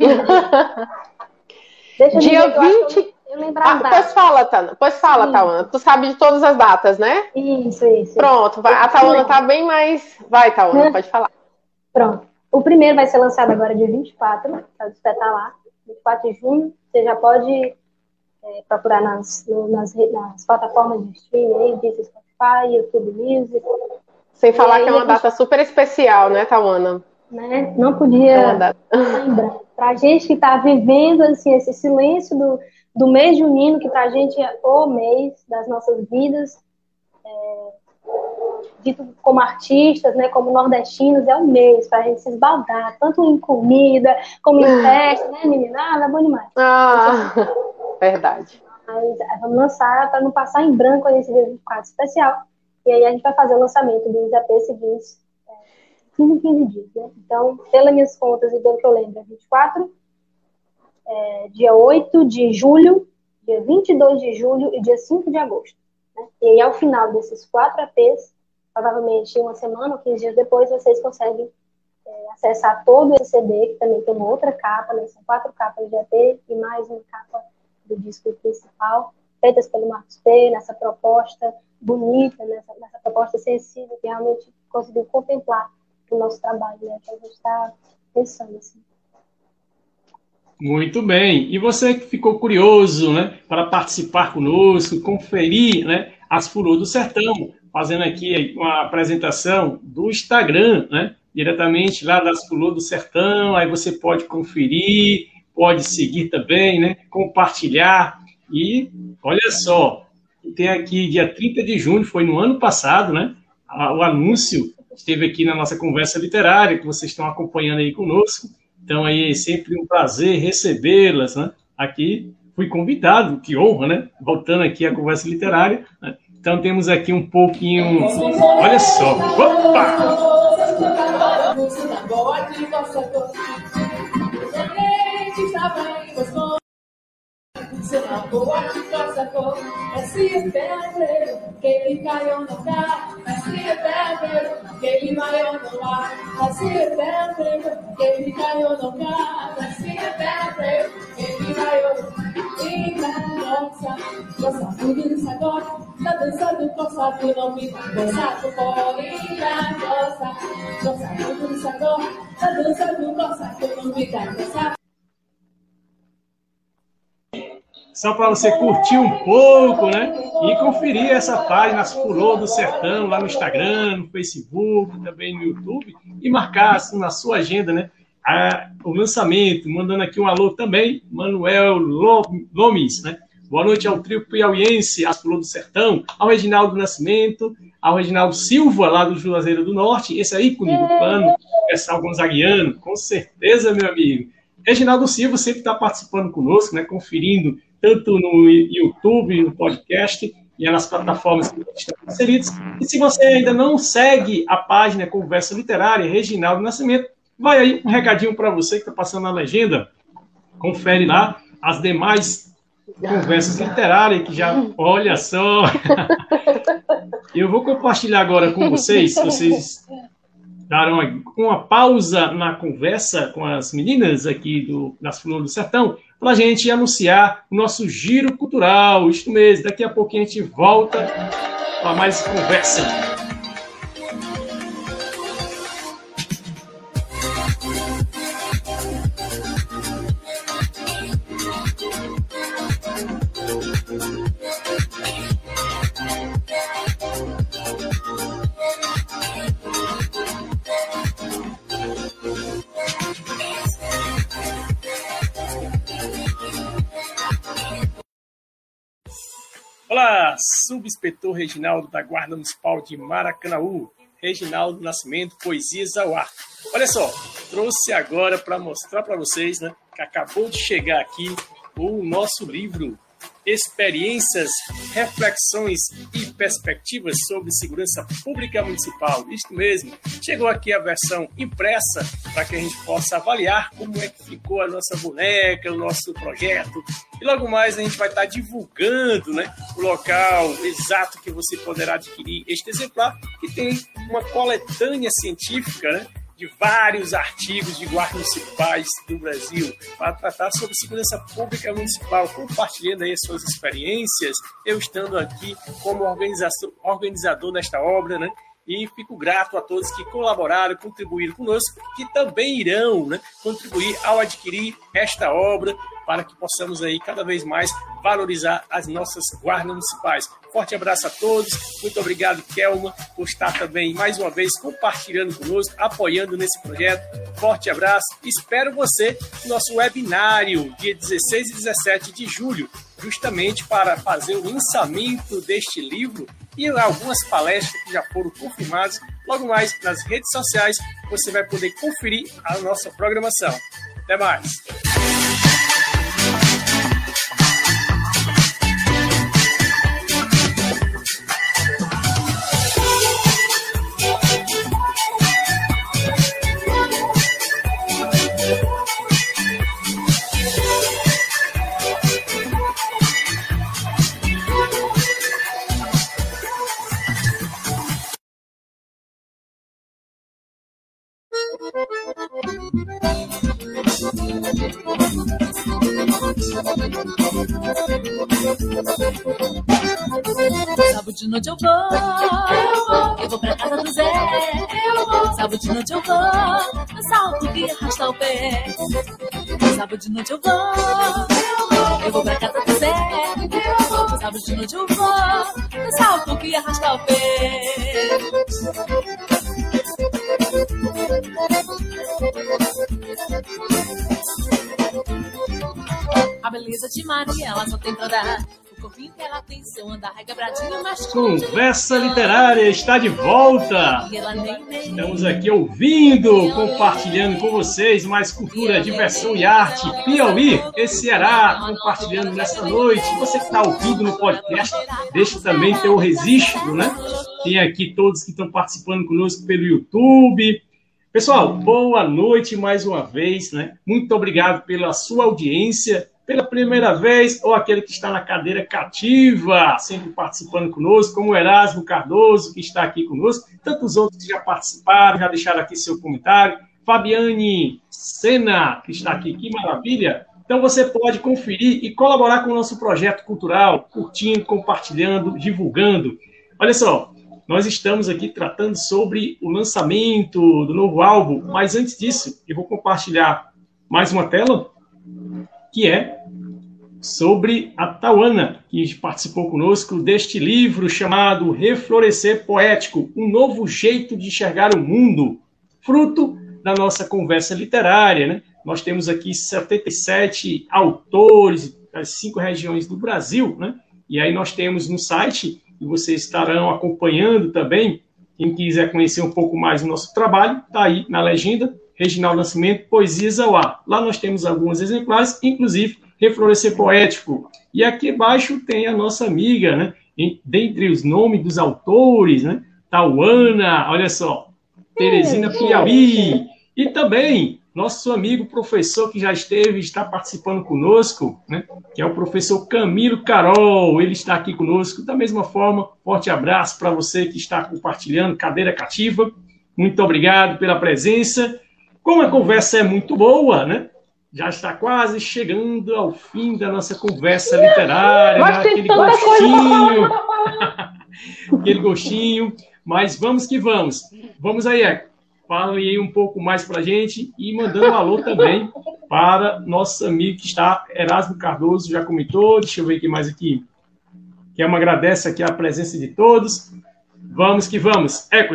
Deixa eu dia vinte... Eu lembro ah, pois fala, Tana. Pois fala, Sim. Tawana. Tu sabe de todas as datas, né? Isso, isso. Pronto. Vai. A Tawana tá bem mais... Vai, Tawana, pode falar. Pronto. O primeiro vai ser lançado agora dia vinte e quatro, para Despetalar. vinte e quatro de junho. Você já pode é, procurar nas, nas, nas plataformas de streaming, Deezer, Spotify, YouTube Music. Sem falar aí, que é uma data super especial, né, Tawana? Né? Não podia lembrar. Pra gente que tá vivendo assim, esse silêncio do... do mês junino, que pra gente é o mês das nossas vidas, é, dito como artistas, né, como nordestinos, é um mês pra gente se esbaldar, tanto em comida, como em festa, né, menina? Ah, é bom demais. Ah, então, verdade. Mas vamos lançar para não passar em branco nesse dia vinte e quatro especial, e aí a gente vai fazer o lançamento dos E Ps seguintes, é, quinze em quinze dias, né? Então, pelas minhas contas e pelo que eu lembro, é vinte e quatro, É, dia oito de julho, dia vinte e dois de julho e dia cinco de agosto. Né? E aí, ao final desses quatro E Ps, provavelmente uma semana ou quinze dias depois, vocês conseguem é, acessar todo esse C D, que também tem uma outra capa, né? São quatro capas de E P e mais uma capa do disco principal, feitas pelo Marcos P, nessa proposta bonita, nessa, nessa proposta sensível, que realmente conseguiu contemplar o nosso trabalho, né? Que a gente está pensando assim. Muito bem. E você que ficou curioso, né, para participar conosco, conferir, né, as Fulô do Sertão, fazendo aqui uma apresentação do Instagram, né, diretamente lá das Fulô do Sertão, aí você pode conferir, pode seguir também, né, compartilhar. E olha só, tem aqui dia trinta de junho, foi no ano passado, né, o anúncio esteve aqui na nossa conversa literária, que vocês estão acompanhando aí conosco. Então, aí, é sempre um prazer recebê-las, né? Aqui, fui convidado, que honra, né? Voltando aqui à conversa literária. Né? Então, temos aqui um pouquinho... Olha só! Opa! Se não voa de costa cor, é se fevereiro, que ele caiu no carro. É se fevereiro, que ele caiu no ar. É se fevereiro, que ele caiu no carro. É se fevereiro, que ele caiu no carro. Nossa, nossa, dança agora, tá dançando coça que não me dança com bolinha, nossa, nossa, dança agora, tá dançando coça que não me dança. Só para você curtir um pouco, né? E conferir essa página Furor do Sertão lá no Instagram, no Facebook, também no YouTube e marcar assim, na sua agenda, né? A, o lançamento, mandando aqui um alô também, Manuel Lomes, né? Boa noite ao trio piauiense, a Furor do Sertão, ao Reginaldo Nascimento, ao Reginaldo Silva, lá do Juazeiro do Norte, esse aí, comigo, plano, pessoal gonzaguiano, com certeza, meu amigo. Reginaldo Silva sempre está participando conosco, né? Conferindo tanto no YouTube, no podcast, e nas plataformas que estão inseridas. E se você ainda não segue a página Conversa Literária, Reginaldo Nascimento, vai aí um recadinho para você que está passando na legenda. Confere lá as demais conversas literárias, que já, olha só. Eu vou compartilhar agora com vocês, vocês deram uma, uma pausa na conversa com as meninas aqui do, das Flores do Sertão, para a gente anunciar o nosso giro cultural. Isto mesmo, daqui a pouquinho a gente volta para mais conversa. Olá, subinspetor Reginaldo da Guarda Municipal de Maracanaú, Reginaldo Nascimento, Poesias ao Ar. Olha só, trouxe agora para mostrar para vocês, né, que acabou de chegar aqui o nosso livro Experiências, Reflexões e Perspectivas sobre Segurança Pública Municipal. Isto mesmo, chegou aqui a versão impressa para que a gente possa avaliar como é que ficou a nossa boneca, o nosso projeto. E logo mais a gente vai estar divulgando, né, o local exato que você poderá adquirir este exemplar, que tem uma coletânea científica, né, de vários artigos de guardas municipais do Brasil para tratar sobre segurança pública municipal, compartilhando aí as suas experiências, eu estando aqui como organizador, organizador desta obra, né? E fico grato a todos que colaboraram, contribuíram conosco, que também irão, né, contribuir ao adquirir esta obra, para que possamos aí cada vez mais valorizar as nossas guardas municipais. Forte abraço a todos, muito obrigado, Kelma, por estar também mais uma vez compartilhando conosco, apoiando nesse projeto. Forte abraço, espero você no nosso webinário, dia dezesseis e dezessete de julho, justamente para fazer o lançamento deste livro e algumas palestras que já foram confirmadas. Logo mais nas redes sociais você vai poder conferir a nossa programação. Até mais! Sábado de noite eu vou, eu vou pra casa do Zé. Sábado de noite eu vou, no salto que arrasta o pé. Sábado de noite eu vou, eu vou pra casa do Zé. Sábado de noite eu vou, no salto que arrasta o pé. A beleza de Maria, ela só tem pra dar. O corpinho que ela tem, seu andar requebradinho, mas... Conversa Literária está de volta. Estamos aqui ouvindo, compartilhando com vocês mais cultura, diversão e arte. Piauí e Ceará, compartilhando nesta noite. Você que está ouvindo no podcast, deixa também ter o registro, né? Tem aqui todos que estão participando conosco pelo YouTube. Pessoal, boa noite mais uma vez, né? Muito obrigado pela sua audiência, pela primeira vez, ou aquele que está na cadeira cativa, sempre participando conosco, como o Erasmo Cardoso, que está aqui conosco, tantos outros que já participaram, já deixaram aqui seu comentário, Fabiane Sena, que está aqui, que maravilha! Então você pode conferir e colaborar com o nosso projeto cultural, curtindo, compartilhando, divulgando. Olha só, nós estamos aqui tratando sobre o lançamento do novo álbum, mas antes disso, eu vou compartilhar mais uma tela, que é sobre a Tauana, que participou conosco deste livro chamado Reflorescer Poético, um novo jeito de enxergar o mundo, fruto da nossa conversa literária, né? Nós temos aqui setenta e sete autores das cinco regiões do Brasil, né? E aí nós temos no site, e vocês estarão acompanhando também, quem quiser conhecer um pouco mais do nosso trabalho, está aí na legenda, Reginaldo Nascimento, Poesias ao Ar. Lá nós temos alguns exemplares, inclusive Reflorescer Poético. E aqui embaixo tem a nossa amiga, né? Dentre os nomes dos autores, né? Tauana, olha só, Teresina Piauí, e também nosso amigo professor que já esteve, está participando conosco, né? Que é o professor Camilo Carol, ele está aqui conosco. Da mesma forma, forte abraço para você que está compartilhando Cadeira Cativa. Muito obrigado pela presença. Como a conversa é muito boa, né? Já está quase chegando ao fim da nossa conversa literária, mas né? Aquele gostinho, aquele gostinho, mas vamos que vamos. Vamos aí, Eco. Fale aí um pouco mais para a gente e mandando um alô também para nosso amigo que está, Erasmo Cardoso, já comentou, deixa eu ver aqui mais aqui, que me agradece aqui a presença de todos. Vamos que vamos. Eco,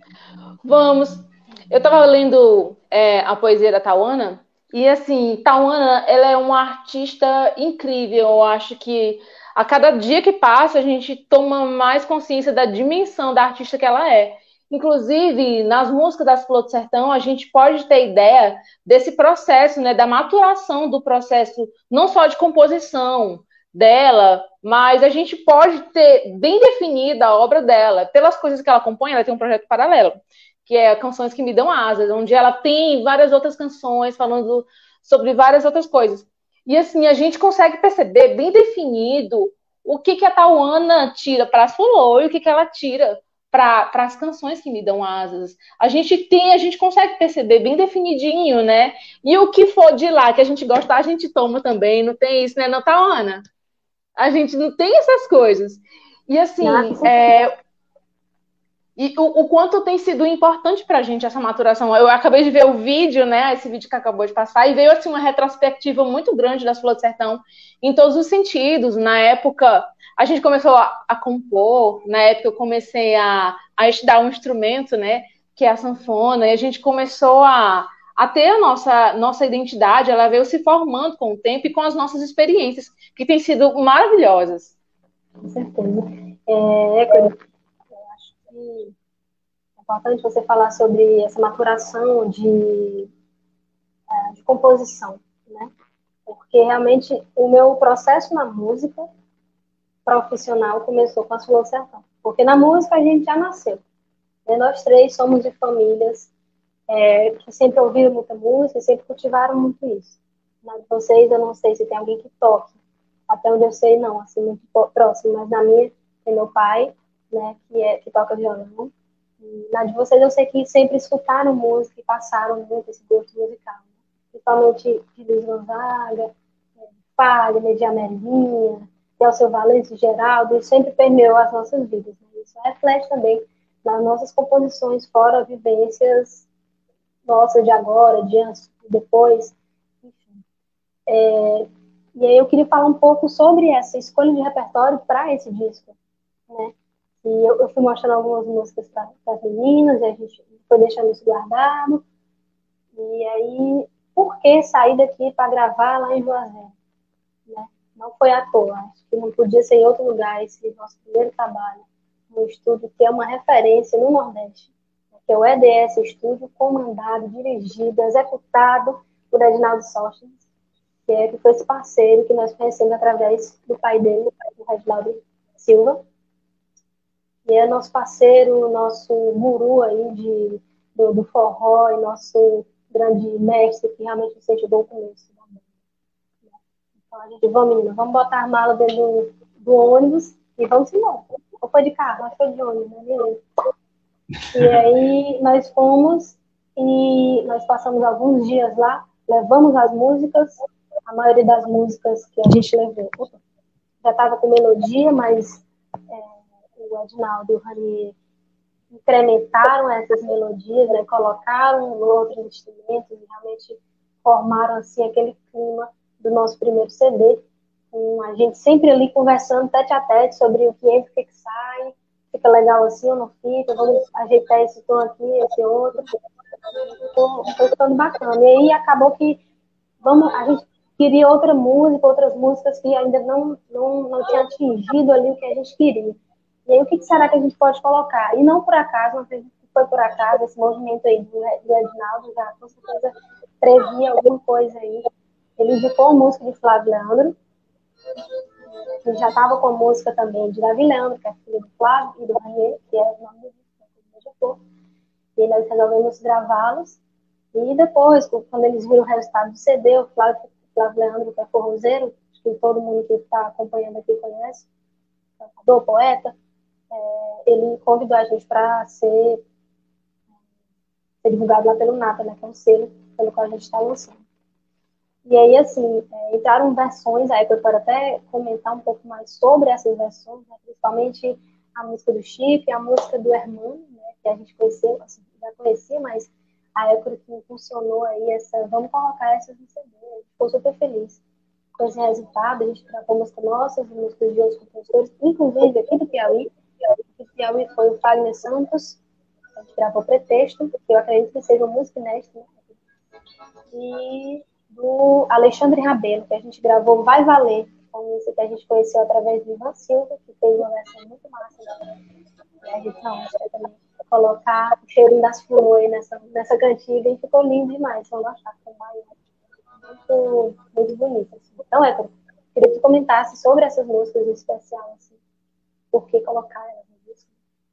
vamos. Eu estava lendo é, a poesia da Tauana, e assim, Tauana, ela é uma artista incrível. Eu acho que a cada dia que passa, a gente toma mais consciência da dimensão da artista que ela é. Inclusive, nas músicas das Flor do Sertão, a gente pode ter ideia desse processo, né, da maturação do processo, não só de composição dela, mas a gente pode ter bem definida a obra dela. Pelas coisas que ela compõe, ela tem um projeto paralelo, que é Canções que Me Dão Asas, onde ela tem várias outras canções falando sobre várias outras coisas. E assim, a gente consegue perceber bem definido o que, que a Tauana tira para as Flor e o que, que ela tira para as canções que me dão asas. A gente tem, a gente consegue perceber bem definidinho, né? E o que for de lá que a gente gosta, a gente toma também, não tem isso, né, não, Tauana? A gente não tem essas coisas. E assim, é, e o, o quanto tem sido importante para a gente essa maturação. Eu acabei de ver o vídeo, né? Esse vídeo que acabou de passar, e veio assim, uma retrospectiva muito grande das Flor do Sertão, em todos os sentidos. Na época, a gente começou a, a compor, na época eu comecei a, a estudar um instrumento, né? Que é a sanfona, e a gente começou a, a ter a nossa, nossa identidade, ela veio se formando com o tempo e com as nossas experiências, que têm sido maravilhosas. Com certeza. É, eu acho que é importante você falar sobre essa maturação de, de composição, né? Porque realmente o meu processo na música profissional começou com a Flor do Sertão. Porque na música a gente já nasceu. Né? Nós três somos de famílias é, que sempre ouviram muita música e sempre cultivaram muito isso. Mas vocês, eu não sei se tem alguém que toque. Até onde eu sei, não, assim, muito próximo. Mas na minha, tem meu pai, né, que, é, que toca violão. E na de vocês, eu sei que sempre escutaram música e passaram muito esse gosto musical. Né? Principalmente de Luiz Gonzaga, Fagner, de Amelinha, de Alceu Valença, Geraldo, isso sempre permeou as nossas vidas. Né? Isso reflete também nas nossas composições, fora vivências nossas de agora, de antes, depois, enfim. É, e aí eu queria falar um pouco sobre essa escolha de repertório para esse disco, né? E eu, eu fui mostrando algumas músicas para as meninas, e a gente foi deixando isso guardado. E aí, por que sair daqui para gravar lá em Juazeiro? Né? Não foi à toa, acho que não podia ser em outro lugar esse nosso primeiro trabalho, um estúdio que é uma referência no Nordeste, que é o E D S Estúdio, comandado, dirigido, executado por Edinaldo Sóstenes, que, é, que foi esse parceiro que nós conhecemos através do pai dele, o Reginaldo Silva. E é nosso parceiro, nosso guru aí de, do, do forró, e nosso grande mestre que realmente incentivou o começo da banda. Então a gente, vamos, menina, vamos botar a mala dentro do, do ônibus e vamos embora. Ou foi de carro, acho que foi de ônibus, né? Beleza. E aí nós fomos e nós passamos alguns dias lá, levamos as músicas, a maioria das músicas que a gente levou. Já estava com melodia, mas é, o Edinaldo e o Ranier incrementaram essas melodias, né, colocaram outros instrumentos e realmente formaram assim aquele clima do nosso primeiro C D, com a gente sempre ali conversando tete a tete sobre o que entra, o que sai, fica legal assim ou não fica, vamos ajeitar esse tom aqui, esse outro, foi ficando bacana. E aí acabou que vamos, a gente queria outra música, outras músicas que ainda não, não, não tinha atingido ali o que a gente queria. E aí, o que será que a gente pode colocar? E não por acaso, não sei se foi por acaso, esse movimento aí do, do Edinaldo já com certeza previa alguma coisa aí. Ele indicou a música de Flávio Leandro, que já estava com a música também de Davi Leandro, que é filho do Flávio, e do Ranier, que é o nome do disco. E nós resolvemos gravá-los. E depois, quando eles viram o resultado do C D, o Flávio, Flávio Leandro, que é forrozeiro, acho que todo mundo que está acompanhando aqui conhece, cantador, poeta, é, ele convidou a gente para ser, ser divulgado lá pelo Nata, né, que é um selo pelo qual a gente está lançando. E aí, assim, é, entraram versões, aí eu quero até comentar um pouco mais sobre essas versões, né, principalmente a música do Chico e a música do Hermano, né, que a gente conheceu, assim, já conhecia, mas a época que funcionou aí essa, vamos colocar essas no C D, a gente ficou super feliz com esse resultado. A gente gravou músicas nossas, músicas de outros compositores, inclusive aqui do Piauí, aqui do Piauí foi o Fagner Santos, a gente gravou Pretexto, que eu acredito que seja uma música inédita, né? E do Alexandre Rabelo, que a gente gravou Vai Valer, uma música que a gente conheceu através do Ivan Silva, que fez uma versão muito massa, né? E a gente não, a gente também colocar o cheirinho das flores nessa, nessa cantiga, e ficou lindo demais, vão gostar, ficou muito, muito bonito. Assim. Então, é, eu queria que tu comentasse sobre essas músicas em especial, assim, por que colocar elas no disco.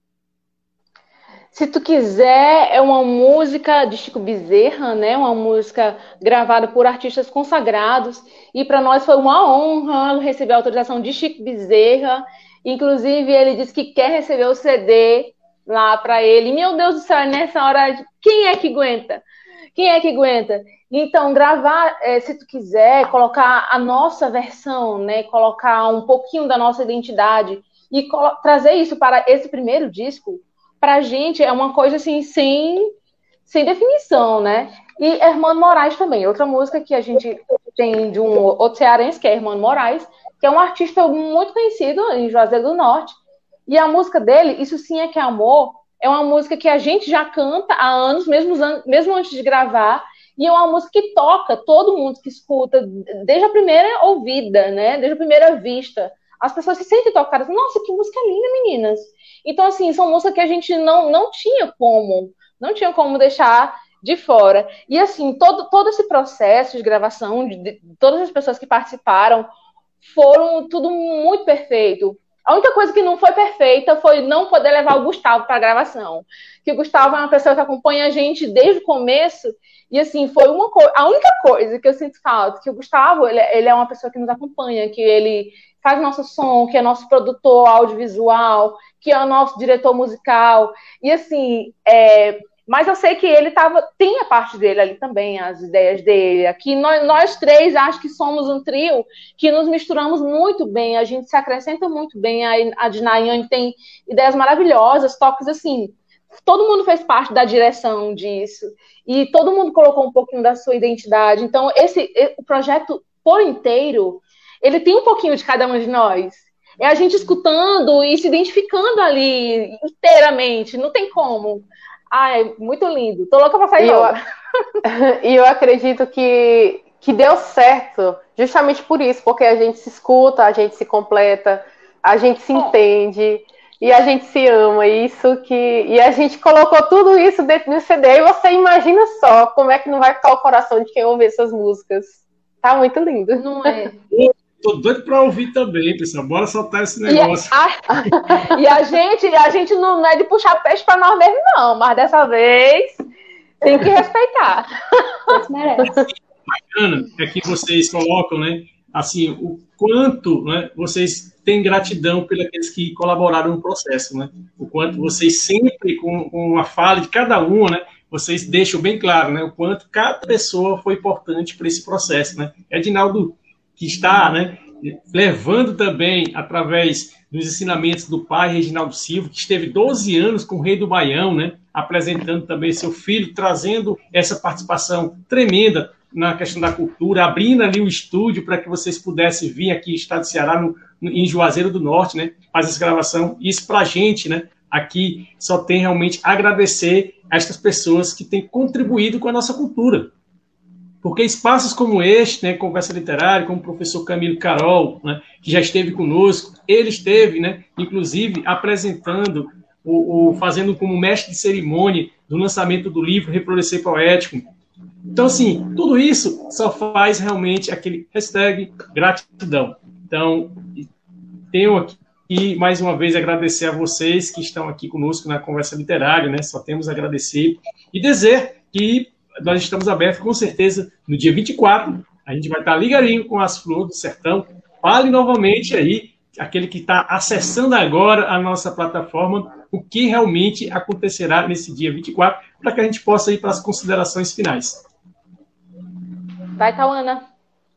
Se tu quiser, é uma música de Chico Bezerra, né? Uma música gravada por artistas consagrados, e para nós foi uma honra receber a autorização de Chico Bezerra. Inclusive, ele disse que quer receber o C D lá para ele. Meu Deus do céu, nessa hora, quem é que aguenta? Quem é que aguenta? Então, gravar, é, se tu quiser, colocar a nossa versão, né? Colocar um pouquinho da nossa identidade e trazer isso para esse primeiro disco, para a gente é uma coisa assim, sem, sem definição, né? E Hermano Moraes também, outra música que a gente tem de um outro cearense, que é Hermano Moraes, que é um artista muito conhecido em Juazeiro do Norte. E a música dele, Isso Sim É Que é Amor, é uma música que a gente já canta há anos, mesmo, mesmo antes de gravar, e é uma música que toca todo mundo que escuta, desde a primeira ouvida, né? Desde a primeira vista. As pessoas se sentem tocadas. Nossa, que música linda, meninas! Então, assim, são músicas que a gente não, não tinha como, não tinha como deixar de fora. E, assim, todo, todo esse processo de gravação, de, de todas as pessoas que participaram, foram tudo muito perfeito. A única coisa que não foi perfeita foi não poder levar o Gustavo para a gravação. Que o Gustavo é uma pessoa que acompanha a gente desde o começo. E, assim, foi uma coisa... A única coisa que eu sinto falta, que o Gustavo, ele, ele é uma pessoa que nos acompanha, que ele faz nosso som, que é nosso produtor audiovisual, que é o nosso diretor musical. E, assim... É... Mas eu sei que ele tava, tem a parte dele ali também, as ideias dele. Aqui nós, nós três acho que somos um trio que nos misturamos muito bem, a gente se acrescenta muito bem. A, a Dinayane tem ideias maravilhosas, toques assim. Todo mundo fez parte da direção disso. E todo mundo colocou um pouquinho da sua identidade. Então, esse, o projeto por inteiro, ele tem um pouquinho de cada um de nós. É a gente escutando e se identificando ali inteiramente, não tem como. Ai, muito lindo. Tô louca pra sair. E eu, e eu acredito que, que deu certo justamente por isso, porque a gente se escuta, a gente se completa, a gente se entende e a gente se ama. Isso que, e a gente colocou tudo isso dentro do C D e você imagina só como é que não vai ficar o coração de quem ouve essas músicas. Tá muito lindo. Não é? Tô doido pra ouvir também, pessoal. Bora soltar esse negócio. E a, e a gente, a gente não, não é de puxar peixe pra nós mesmos, não. Mas dessa vez tem que respeitar. Isso merece. Bacana é que vocês colocam, né, assim, o quanto, né, vocês têm gratidão pelos que colaboraram no processo, né? O quanto vocês sempre, com, com a fala de cada um, né, vocês deixam bem claro, né, o quanto cada pessoa foi importante para esse processo, né? Edinaldo, que está, né, levando também, através dos ensinamentos do pai, Reginaldo Silva, que esteve doze anos com o Rei do Baião, né, apresentando também seu filho, trazendo essa participação tremenda na questão da cultura, abrindo ali o estúdio para que vocês pudessem vir aqui no estado do Ceará, no, no, em Juazeiro do Norte, né, fazer essa gravação. Isso para a gente, né, aqui só tem realmente a agradecer a estas pessoas que têm contribuído com a nossa cultura. Porque espaços como este, né, Conversa Literária, como o professor Camilo Carol, né, que já esteve conosco, ele esteve, né, inclusive, apresentando, o, o, fazendo como mestre de cerimônia do lançamento do livro Reproduzir Poético. Então, assim, tudo isso só faz realmente aquele hashtag gratidão. Então, tenho aqui, mais uma vez, agradecer a vocês que estão aqui conosco na Conversa Literária, né, só temos a agradecer e dizer que nós estamos abertos, com certeza, no dia vinte e quatro, a gente vai estar ligadinho com as Flores do Sertão. Fale novamente aí, aquele que está acessando agora a nossa plataforma, o que realmente acontecerá nesse dia vinte e quatro, para que a gente possa ir para as considerações finais. Vai, Tauana.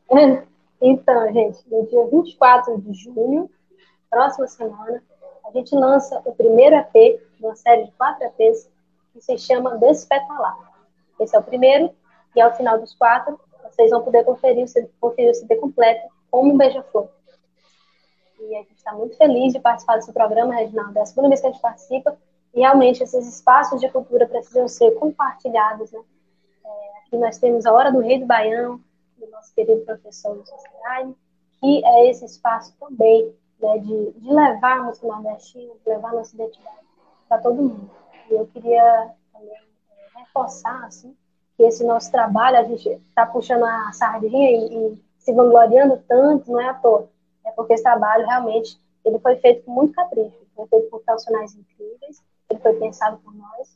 Então, gente, no dia vinte e quatro de junho, próxima semana, a gente lança o primeiro E P, uma série de quatro E Ps, que se chama Despetalar. Esse é o primeiro, e ao final dos quatro, vocês vão poder conferir, conferir o C D completo como um beija-flor. E a gente está muito feliz de participar desse programa, Reginaldo. É a segunda vez que a gente participa, e realmente esses espaços de cultura precisam ser compartilhados, né? É, aqui nós temos a Hora do Rei do Baião, do nosso querido professor Luciano Serrani, que é esse espaço também, né, de, de levar a música nordestina, de levar a nossa identidade para todo mundo. E eu queria também reforçar, assim, que esse nosso trabalho, a gente está puxando a sardinha e, e se vangloriando tanto, não é à toa. É porque esse trabalho, realmente, ele foi feito com muito capricho. Foi feito por profissionais incríveis, ele foi pensado por nós.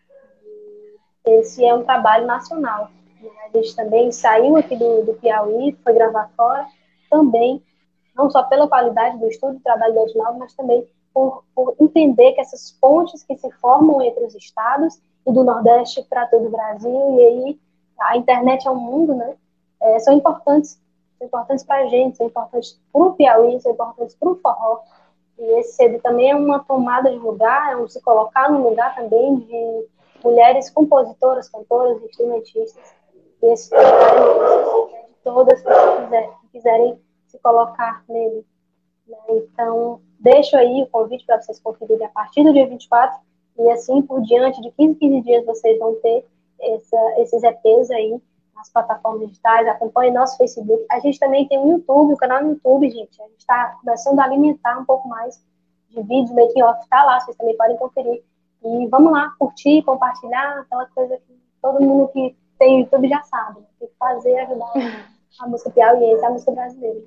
E esse é um trabalho nacional. A gente também saiu aqui do, do Piauí, foi gravar fora, também, não só pela qualidade do estudo, do trabalho do Edinaldo, mas também por, por entender que essas pontes que se formam entre os estados e do Nordeste para todo o Brasil, e aí a internet é um mundo, né? É, são importantes, são importantes para a gente, são importantes para o Piauí, são importantes para o forró. E esse C D também é uma tomada de lugar, é um se colocar no lugar também de mulheres compositoras, cantoras, instrumentistas. E esse trabalho é de todas que quiser, que quiserem se colocar nele. Né? Então, deixo aí o convite para vocês conferirem a partir do dia vinte e quatro. E assim por diante, de quinze em quinze dias, vocês vão ter essa, esses E Ps aí nas plataformas digitais. Acompanhe nosso Facebook. A gente também tem um YouTube, o canal no YouTube, gente. A gente está começando a alimentar um pouco mais de vídeos, making off, está lá, vocês também podem conferir. E vamos lá, curtir, compartilhar, aquela coisa que todo mundo que tem YouTube já sabe. Tem que fazer, ajudar a música piauiense, a música brasileira.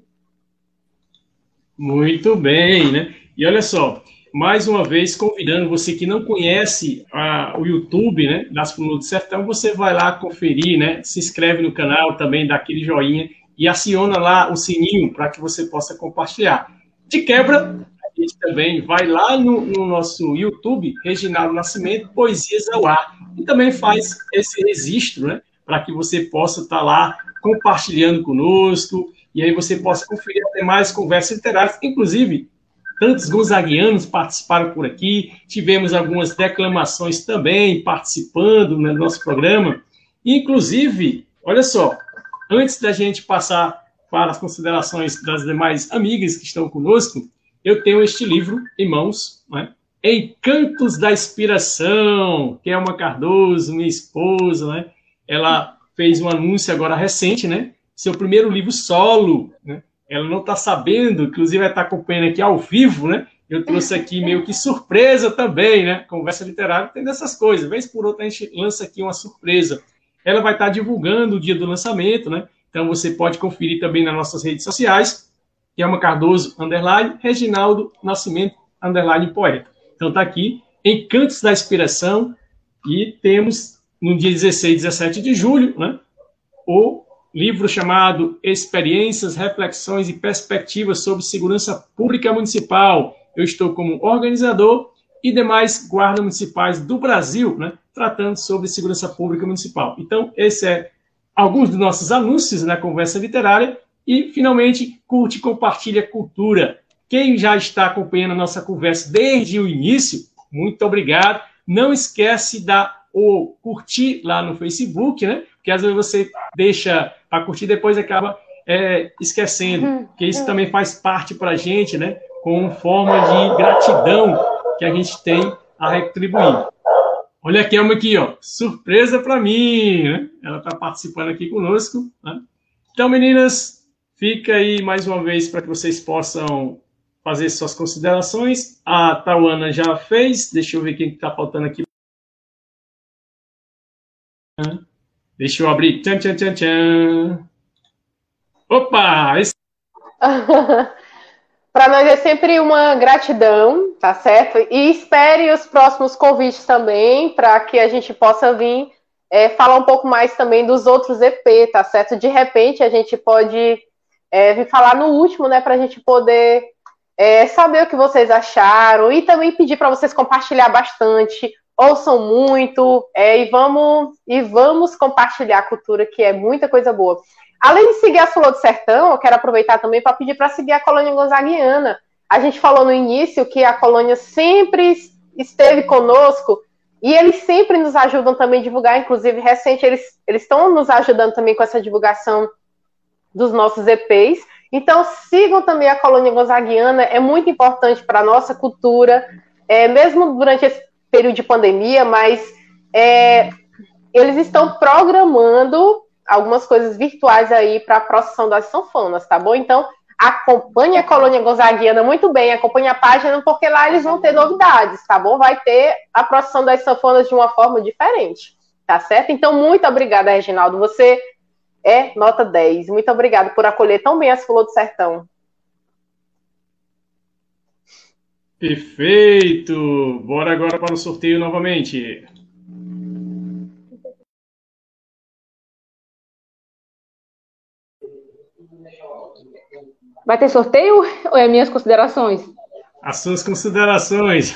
Muito bem, né? E olha só, mais uma vez, convidando você que não conhece a, o YouTube, né, das Flores do Sertão, você vai lá conferir, né, se inscreve no canal também, dá aquele joinha e aciona lá o sininho para que você possa compartilhar. De quebra, a gente também vai lá no, no nosso YouTube, Reginaldo Nascimento, Poesias ao Ar, e também faz esse registro, né, para que você possa estar lá compartilhando conosco, e aí você possa conferir até mais conversas literárias, inclusive tantos gonzaguianos participaram por aqui, tivemos algumas declamações também participando no nosso programa. Inclusive, olha só, antes da gente passar para as considerações das demais amigas que estão conosco, eu tenho este livro em mãos, né? Encantos da Inspiração, que é uma Cardoso, minha esposa, né? Ela fez um anúncio agora recente, né? Seu primeiro livro solo, né? Ela não está sabendo, inclusive vai estar acompanhando aqui ao vivo, né? Eu trouxe aqui meio que surpresa também, né? Conversa Literária tem dessas coisas. Vez por outra a gente lança aqui uma surpresa. Ela vai estar divulgando o dia do lançamento, né? Então você pode conferir também nas nossas redes sociais, que é uma Cardoso, underline, Reginaldo Nascimento, underline, poeta. Então está aqui, Encantos da Inspiração, e temos no dia dezesseis e dezessete de julho, né? O livro chamado Experiências, Reflexões e Perspectivas sobre Segurança Pública Municipal. Eu estou como organizador e demais guardas municipais do Brasil, né, tratando sobre segurança pública municipal. Então, esse é alguns dos nossos anúncios na Conversa Literária. E, finalmente, curte e compartilha cultura. Quem já está acompanhando a nossa conversa desde o início, muito obrigado. Não esquece da ou curtir lá no Facebook, né? Porque às vezes você deixa para curtir, depois acaba é, esquecendo, porque isso também faz parte para a gente, né? Com forma de gratidão que a gente tem a retribuir. Olha a Kelma aqui, ó, surpresa para mim, né? Ela está participando aqui conosco, né? Então, meninas, fica aí mais uma vez para que vocês possam fazer suas considerações. A Tauana já fez, deixa eu ver quem está faltando aqui. Deixa eu abrir. Tchan, tchan, tchan, tchan. Opa! Esse... Para nós é sempre uma gratidão, tá certo? E espere os próximos convites também, para que a gente possa vir é, falar um pouco mais também dos outros E P, tá certo? De repente a gente pode é, vir falar no último, né? Para a gente poder é, saber o que vocês acharam e também pedir para vocês compartilhar bastante. Ouçam muito, é, e, vamos, e vamos compartilhar a cultura, que é muita coisa boa. Além de seguir a Flor do Sertão, eu quero aproveitar também para pedir para seguir a Colônia Gonzaguiana. A gente falou no início que a colônia sempre esteve conosco e eles sempre nos ajudam também a divulgar. Inclusive, recente, eles eles estão nos ajudando também com essa divulgação dos nossos E Ps. Então, sigam também a Colônia Gonzaguiana, é muito importante para a nossa cultura, é, mesmo durante esse período de pandemia, mas é, eles estão programando algumas coisas virtuais aí para a procissão das sanfonas, tá bom? Então, acompanhe a Colônia Gonzaguiana muito bem, acompanhe a página, porque lá eles vão ter novidades, tá bom? Vai ter a procissão das sanfonas de uma forma diferente, tá certo? Então, muito obrigada, Reginaldo. Você é nota dez. Muito obrigada por acolher tão bem as Flor do Sertão. Perfeito! Bora agora para o sorteio novamente. Vai ter sorteio ou é minhas considerações? As suas considerações.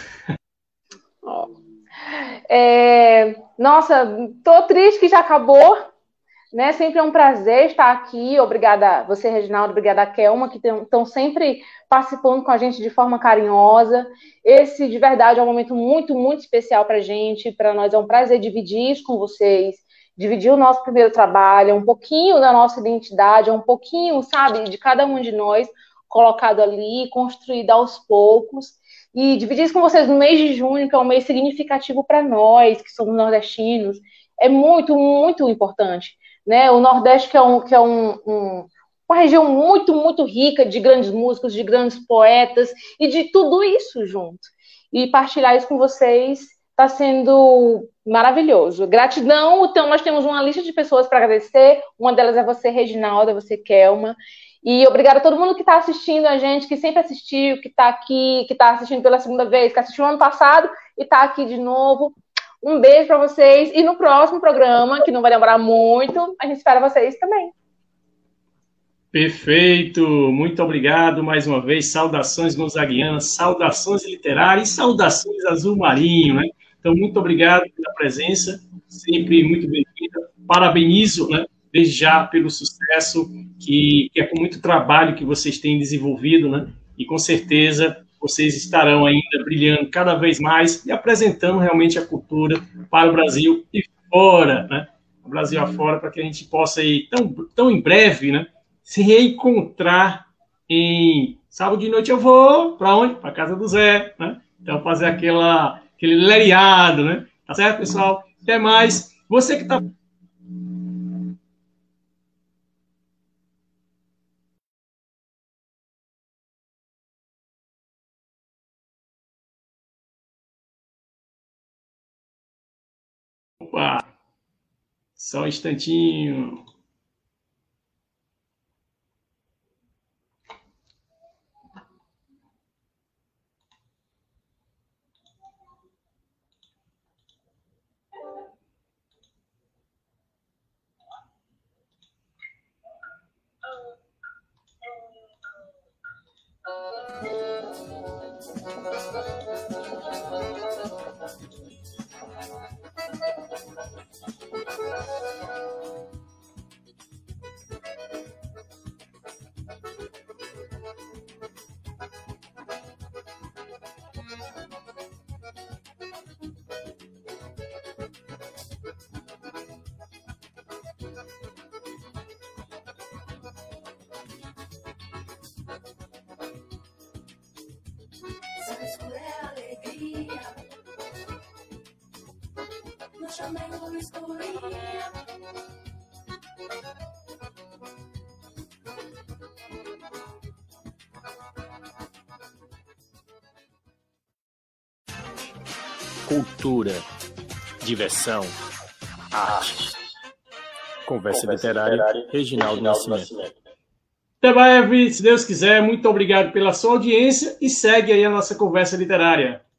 É, nossa, tô triste que já acabou, né? Sempre é um prazer estar aqui. Obrigada a você, Reginaldo, obrigada a Kelma, que estão sempre participando com a gente de forma carinhosa. Esse, de verdade, é um momento muito, muito especial para a gente. Para nós é um prazer dividir isso com vocês, dividir o nosso primeiro trabalho, é um pouquinho da nossa identidade, é um pouquinho, sabe, de cada um de nós colocado ali, construído aos poucos. E dividir isso com vocês no mês de junho, que é um mês significativo para nós, que somos nordestinos, é muito, muito importante. Né? O Nordeste, que é, um, que é um, um, uma região muito, muito rica de grandes músicos, de grandes poetas e de tudo isso junto. E partilhar isso com vocês está sendo maravilhoso. Gratidão. Então, nós temos uma lista de pessoas para agradecer. Uma delas é você, Reginaldo, é você, Kelma. E obrigada a todo mundo que está assistindo a gente, que sempre assistiu, que está aqui, que está assistindo pela segunda vez, que assistiu ano passado e está aqui de novo. Um beijo para vocês. E no próximo programa, que não vai demorar muito, a gente espera vocês também. Perfeito. Muito obrigado mais uma vez. Saudações gonzaguianas, saudações literárias e saudações azul marinho, né? Então, muito obrigado pela presença. Sempre muito bem-vinda. Parabenizo, né, desde já pelo sucesso, que, que é com muito trabalho que vocês têm desenvolvido, né? E com certeza vocês estarão ainda brilhando cada vez mais e apresentando realmente a cultura para o Brasil e fora, né? O Brasil afora, para que a gente possa ir tão, tão em breve, né, se reencontrar em sábado de noite. Eu vou para onde? Para casa do Zé, né? Então fazer aquela, aquele lereado, né? Tá certo, pessoal? Até mais. Você que está Opa! Só um instantinho. Cultura, diversão, arte. Conversa literária, Reginaldo Nascimento. Até breve, se Deus quiser. Muito obrigado pela sua audiência e segue aí a nossa conversa literária.